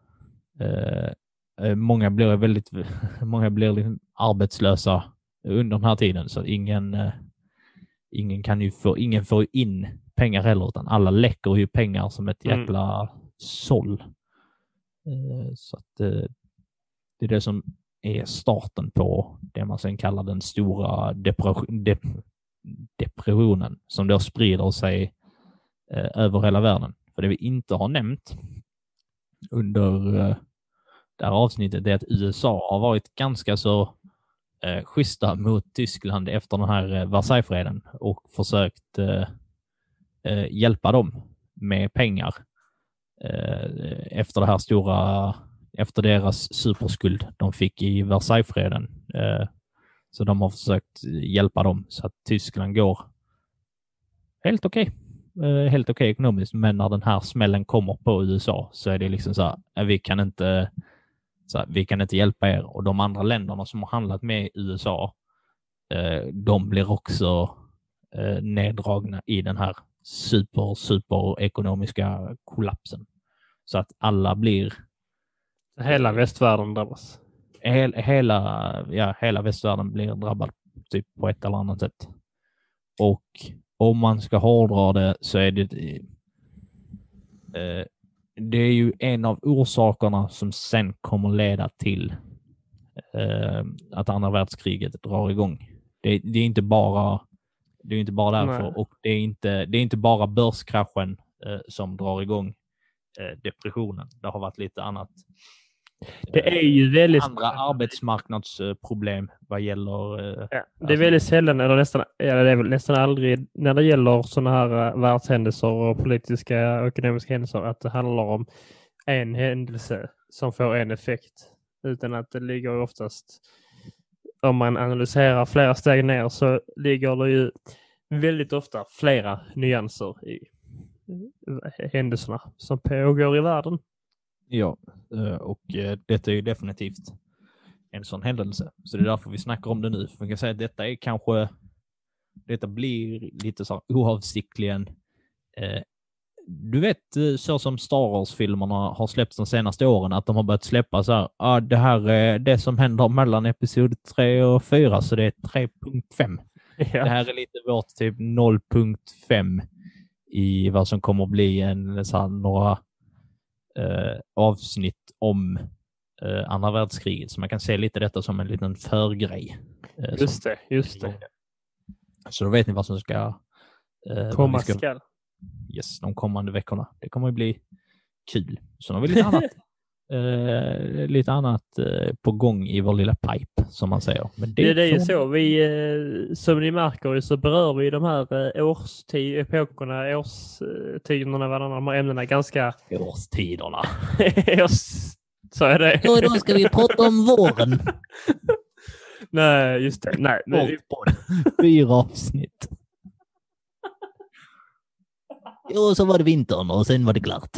uh, många blir väldigt många blir liksom arbetslösa under den här tiden, så att ingen uh, ingen kan ju få ingen får in pengar heller, utan alla läcker ju pengar som ett jäkla mm. såll. Uh, så att uh, det är det som är starten på det man sen kallar den stora depression, dep depressionen som då sprider sig över hela världen. För det vi inte har nämnt under uh, det här avsnittet är att U S A har varit ganska så uh, schyssta mot Tyskland efter den här uh, Versaillesfreden och försökt uh, uh, hjälpa dem med pengar uh, efter det här stora efter deras superskuld de fick i Versaillesfreden. Uh, så de har försökt hjälpa dem så att Tyskland går helt okej. Okay. helt okej okay ekonomiskt, men när den här smällen kommer på U S A så är det liksom så här, vi kan inte så här, vi kan inte hjälpa er, och de andra länderna som har handlat med U S A eh, de blir också eh, neddragna i den här super super ekonomiska kollapsen, så att alla blir hela västvärlden drabbas. Hel, hela ja, hela västvärlden blir drabbad typ på ett eller annat sätt. Och om man ska hårdra det så är det eh, det är ju en av orsakerna som sen kommer leda till eh, att andra världskriget drar igång. Det, det är inte bara det är inte bara därför. Nej. Och det är inte det är inte bara börskraschen eh, som drar igång eh, depressionen. Det har varit lite annat. Det är ju väldigt andra arbetsmarknadsproblem vad gäller ja, det är alltså, väldigt sällan eller nästan eller det är väl nästan aldrig när det gäller såna här världshändelser och politiska och ekonomiska händelser att det handlar om en händelse som får en effekt, utan att det ligger oftast, om man analyserar flera steg ner så ligger det ju väldigt ofta flera nyanser i händelserna som pågår i världen. Ja, och detta är ju definitivt en sån händelse. Så det är därför vi snackar om det nu. För man kan säga att detta är kanske, detta blir lite så oavsiktligen. Du vet, så som Star Wars-filmerna har släppts de senaste åren, att de har börjat släppa så här, ah, det här är det som händer mellan episod tre och fyra, så det är tre punkt fem. Ja. Det här är lite vårt typ noll punkt fem i vad som kommer att bli en så här, några Uh, avsnitt om uh, andra världskriget, så man kan se lite detta som en liten förgrej. Uh, just det, just det. Så då vet ni vad som ska uh, komma ska, skall. yes, de kommande veckorna. Det kommer att bli kul. Så har vi lite annat, eh, lite annat eh, på gång i vår lilla pipe, som man säger. Men det, det, det är ju får... så. Vi, eh, som ni märker så berör vi de här eh, årstid, epokerna, årstiderna, vad de här ämnena ganska... Årstiderna. Års... Så är det. Ja, då ska vi prata om våren. Nej, just det. Nej, men vi... Fyra avsnitt. Jo, så var det vintern och sen var det klart.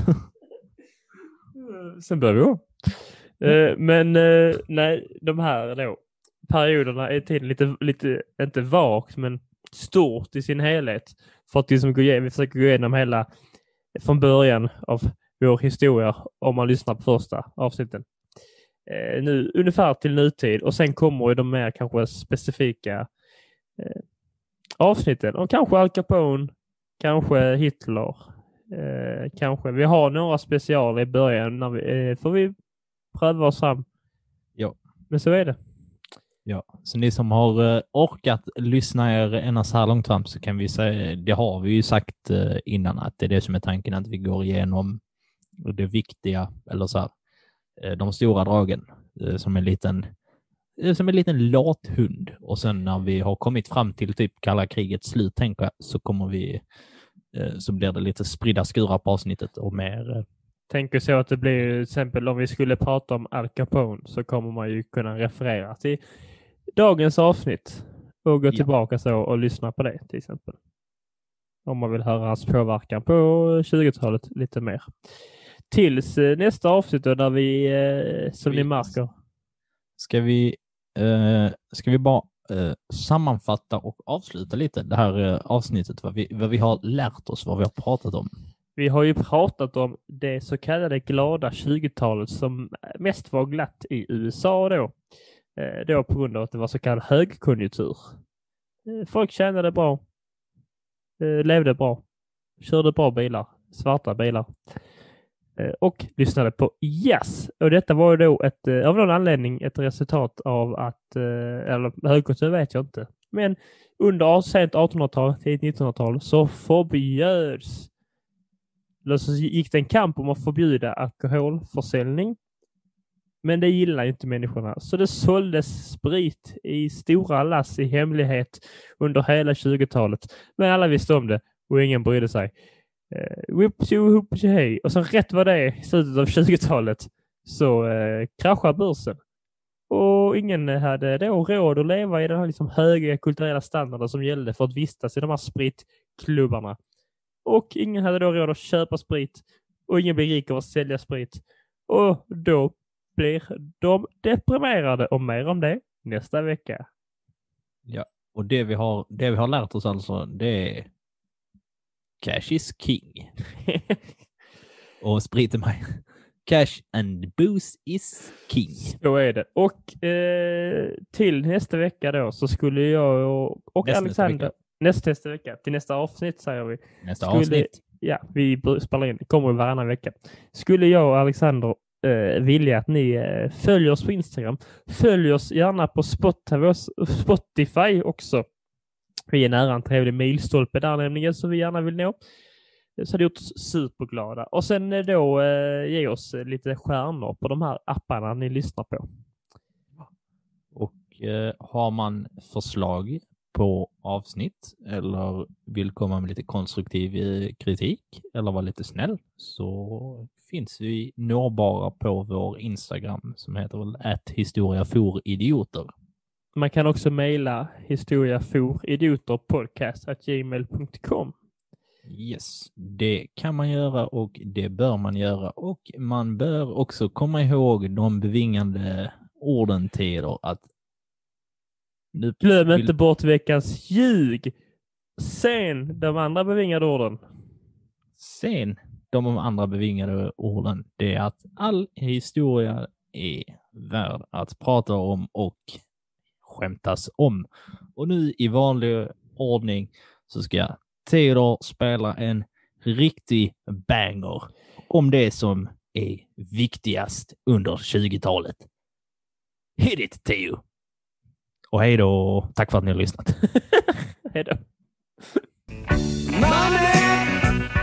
Sen börjar vi om. Uh, men uh, nej, de här då perioderna är tiden lite, lite, inte vagt, men stort i sin helhet. För att liksom gå igenom, vi försöker gå igenom hela från början av vår historia om man lyssnar på första avsnitten. Uh, nu, ungefär till nutid. Och sen kommer ju de mer kanske specifika uh, avsnitten. Och kanske Al Capone, kanske Hitler. Eh, kanske. Vi har några specialer i början när vi, eh, får vi pröva oss fram. Ja. Men så är det. Ja, så ni som har eh, orkat lyssna er ända så här långt fram så kan vi säga, det har vi ju sagt eh, innan, att det är det som är tanken, att vi går igenom det viktiga, eller så här, eh, de stora dragen eh, som en liten eh, som en liten lathund. Och sen när vi har kommit fram till typ kalla krigets slut, tänker jag, så kommer vi så blir det lite spridda skurar på avsnittet och mer. Tänker så att det blir till exempel om vi skulle prata om Al Capone så kommer man ju kunna referera till dagens avsnitt och gå ja. tillbaka så och lyssna på det till exempel. Om man vill höra hans påverkan på tjugotalet lite mer. Tills nästa avsnitt då, där vi som vi, ni märker. Ska vi eh, ska vi bara Eh, sammanfatta och avsluta lite det här eh, avsnittet, vad vi, vad vi har lärt oss, vad vi har pratat om. Vi har ju pratat om det så kallade glada tjugotalet som mest var glatt i U S A då. Eh, då på grund av att det var så kallad högkonjunktur. Eh, folk tjänade bra, eh, levde bra, körde bra bilar, svarta bilar. Och lyssnade på jazz. Och detta var ju då ett, av någon anledning ett resultat av att, eller högkonjunktur vet jag inte. Men under sent artonhundratal till nittonhundratal så förbjöds, eller så gick det en kamp om att förbjuda alkoholförsäljning. Men det gillar inte människorna. Så det såldes sprit i stora lass i hemlighet under hela tjugotalet. Men alla visste om det och ingen brydde sig. Uh, Whip-tjo-hoop-tjo-hej. Och så rätt var det i slutet av tjugotalet så uh, kraschade börsen. Och ingen hade då råd att leva i den här liksom höga kulturella standarden som gällde för att vistas i de här spritklubbarna. Och ingen hade då råd att köpa sprit. Och ingen blir rik av att sälja sprit. Och då blir de deprimerade. Och mer om det nästa vecka. Ja, och det vi har, det vi har lärt oss alltså, det är cash is king. Och sprit är mig. Cash and booze is king. Så är det. Och eh, till nästa vecka då så skulle jag och, och nästa Alexander nästa, nästa nästa vecka till nästa avsnitt säger vi. Nästa skulle, avsnitt. Ja, vi spelar in. Det kommer varannan vecka. Skulle jag och Alexander eh, vilja att ni eh, följer oss på Instagram. Följ oss gärna på Spotify också. Vi är nära en trevlig milstolpe där nämligen som vi gärna vill nå. Så hade gjort oss superglada. Och sen då eh, ge oss lite stjärnor på de här apparna ni lyssnar på. Och eh, har man förslag på avsnitt eller vill komma med lite konstruktiv kritik eller vara lite snäll, så finns vi nåbara på vår Instagram som heter väl at historiaforidioter. Man kan också mejla historiaforidioterpodcast at gmail punkt com. Yes, det kan man göra och det bör man göra. Och man bör också komma ihåg de bevingande orden till er att nu glöm vill... inte bort veckans ljug. Sen de andra bevingade orden. Sen de andra bevingade orden, det är att all historia är värd att prata om och skämtas om. Och nu i vanlig ordning så ska jag Theodor spela en riktig banger om det som är viktigast under tjugotalet. Hit it, Theo! Och hej då. Tack för att ni har lyssnat. Hej då. Money!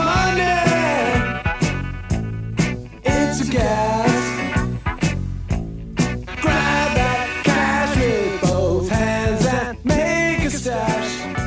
money. It's a gas. Grab that cash with both hands and make a stash.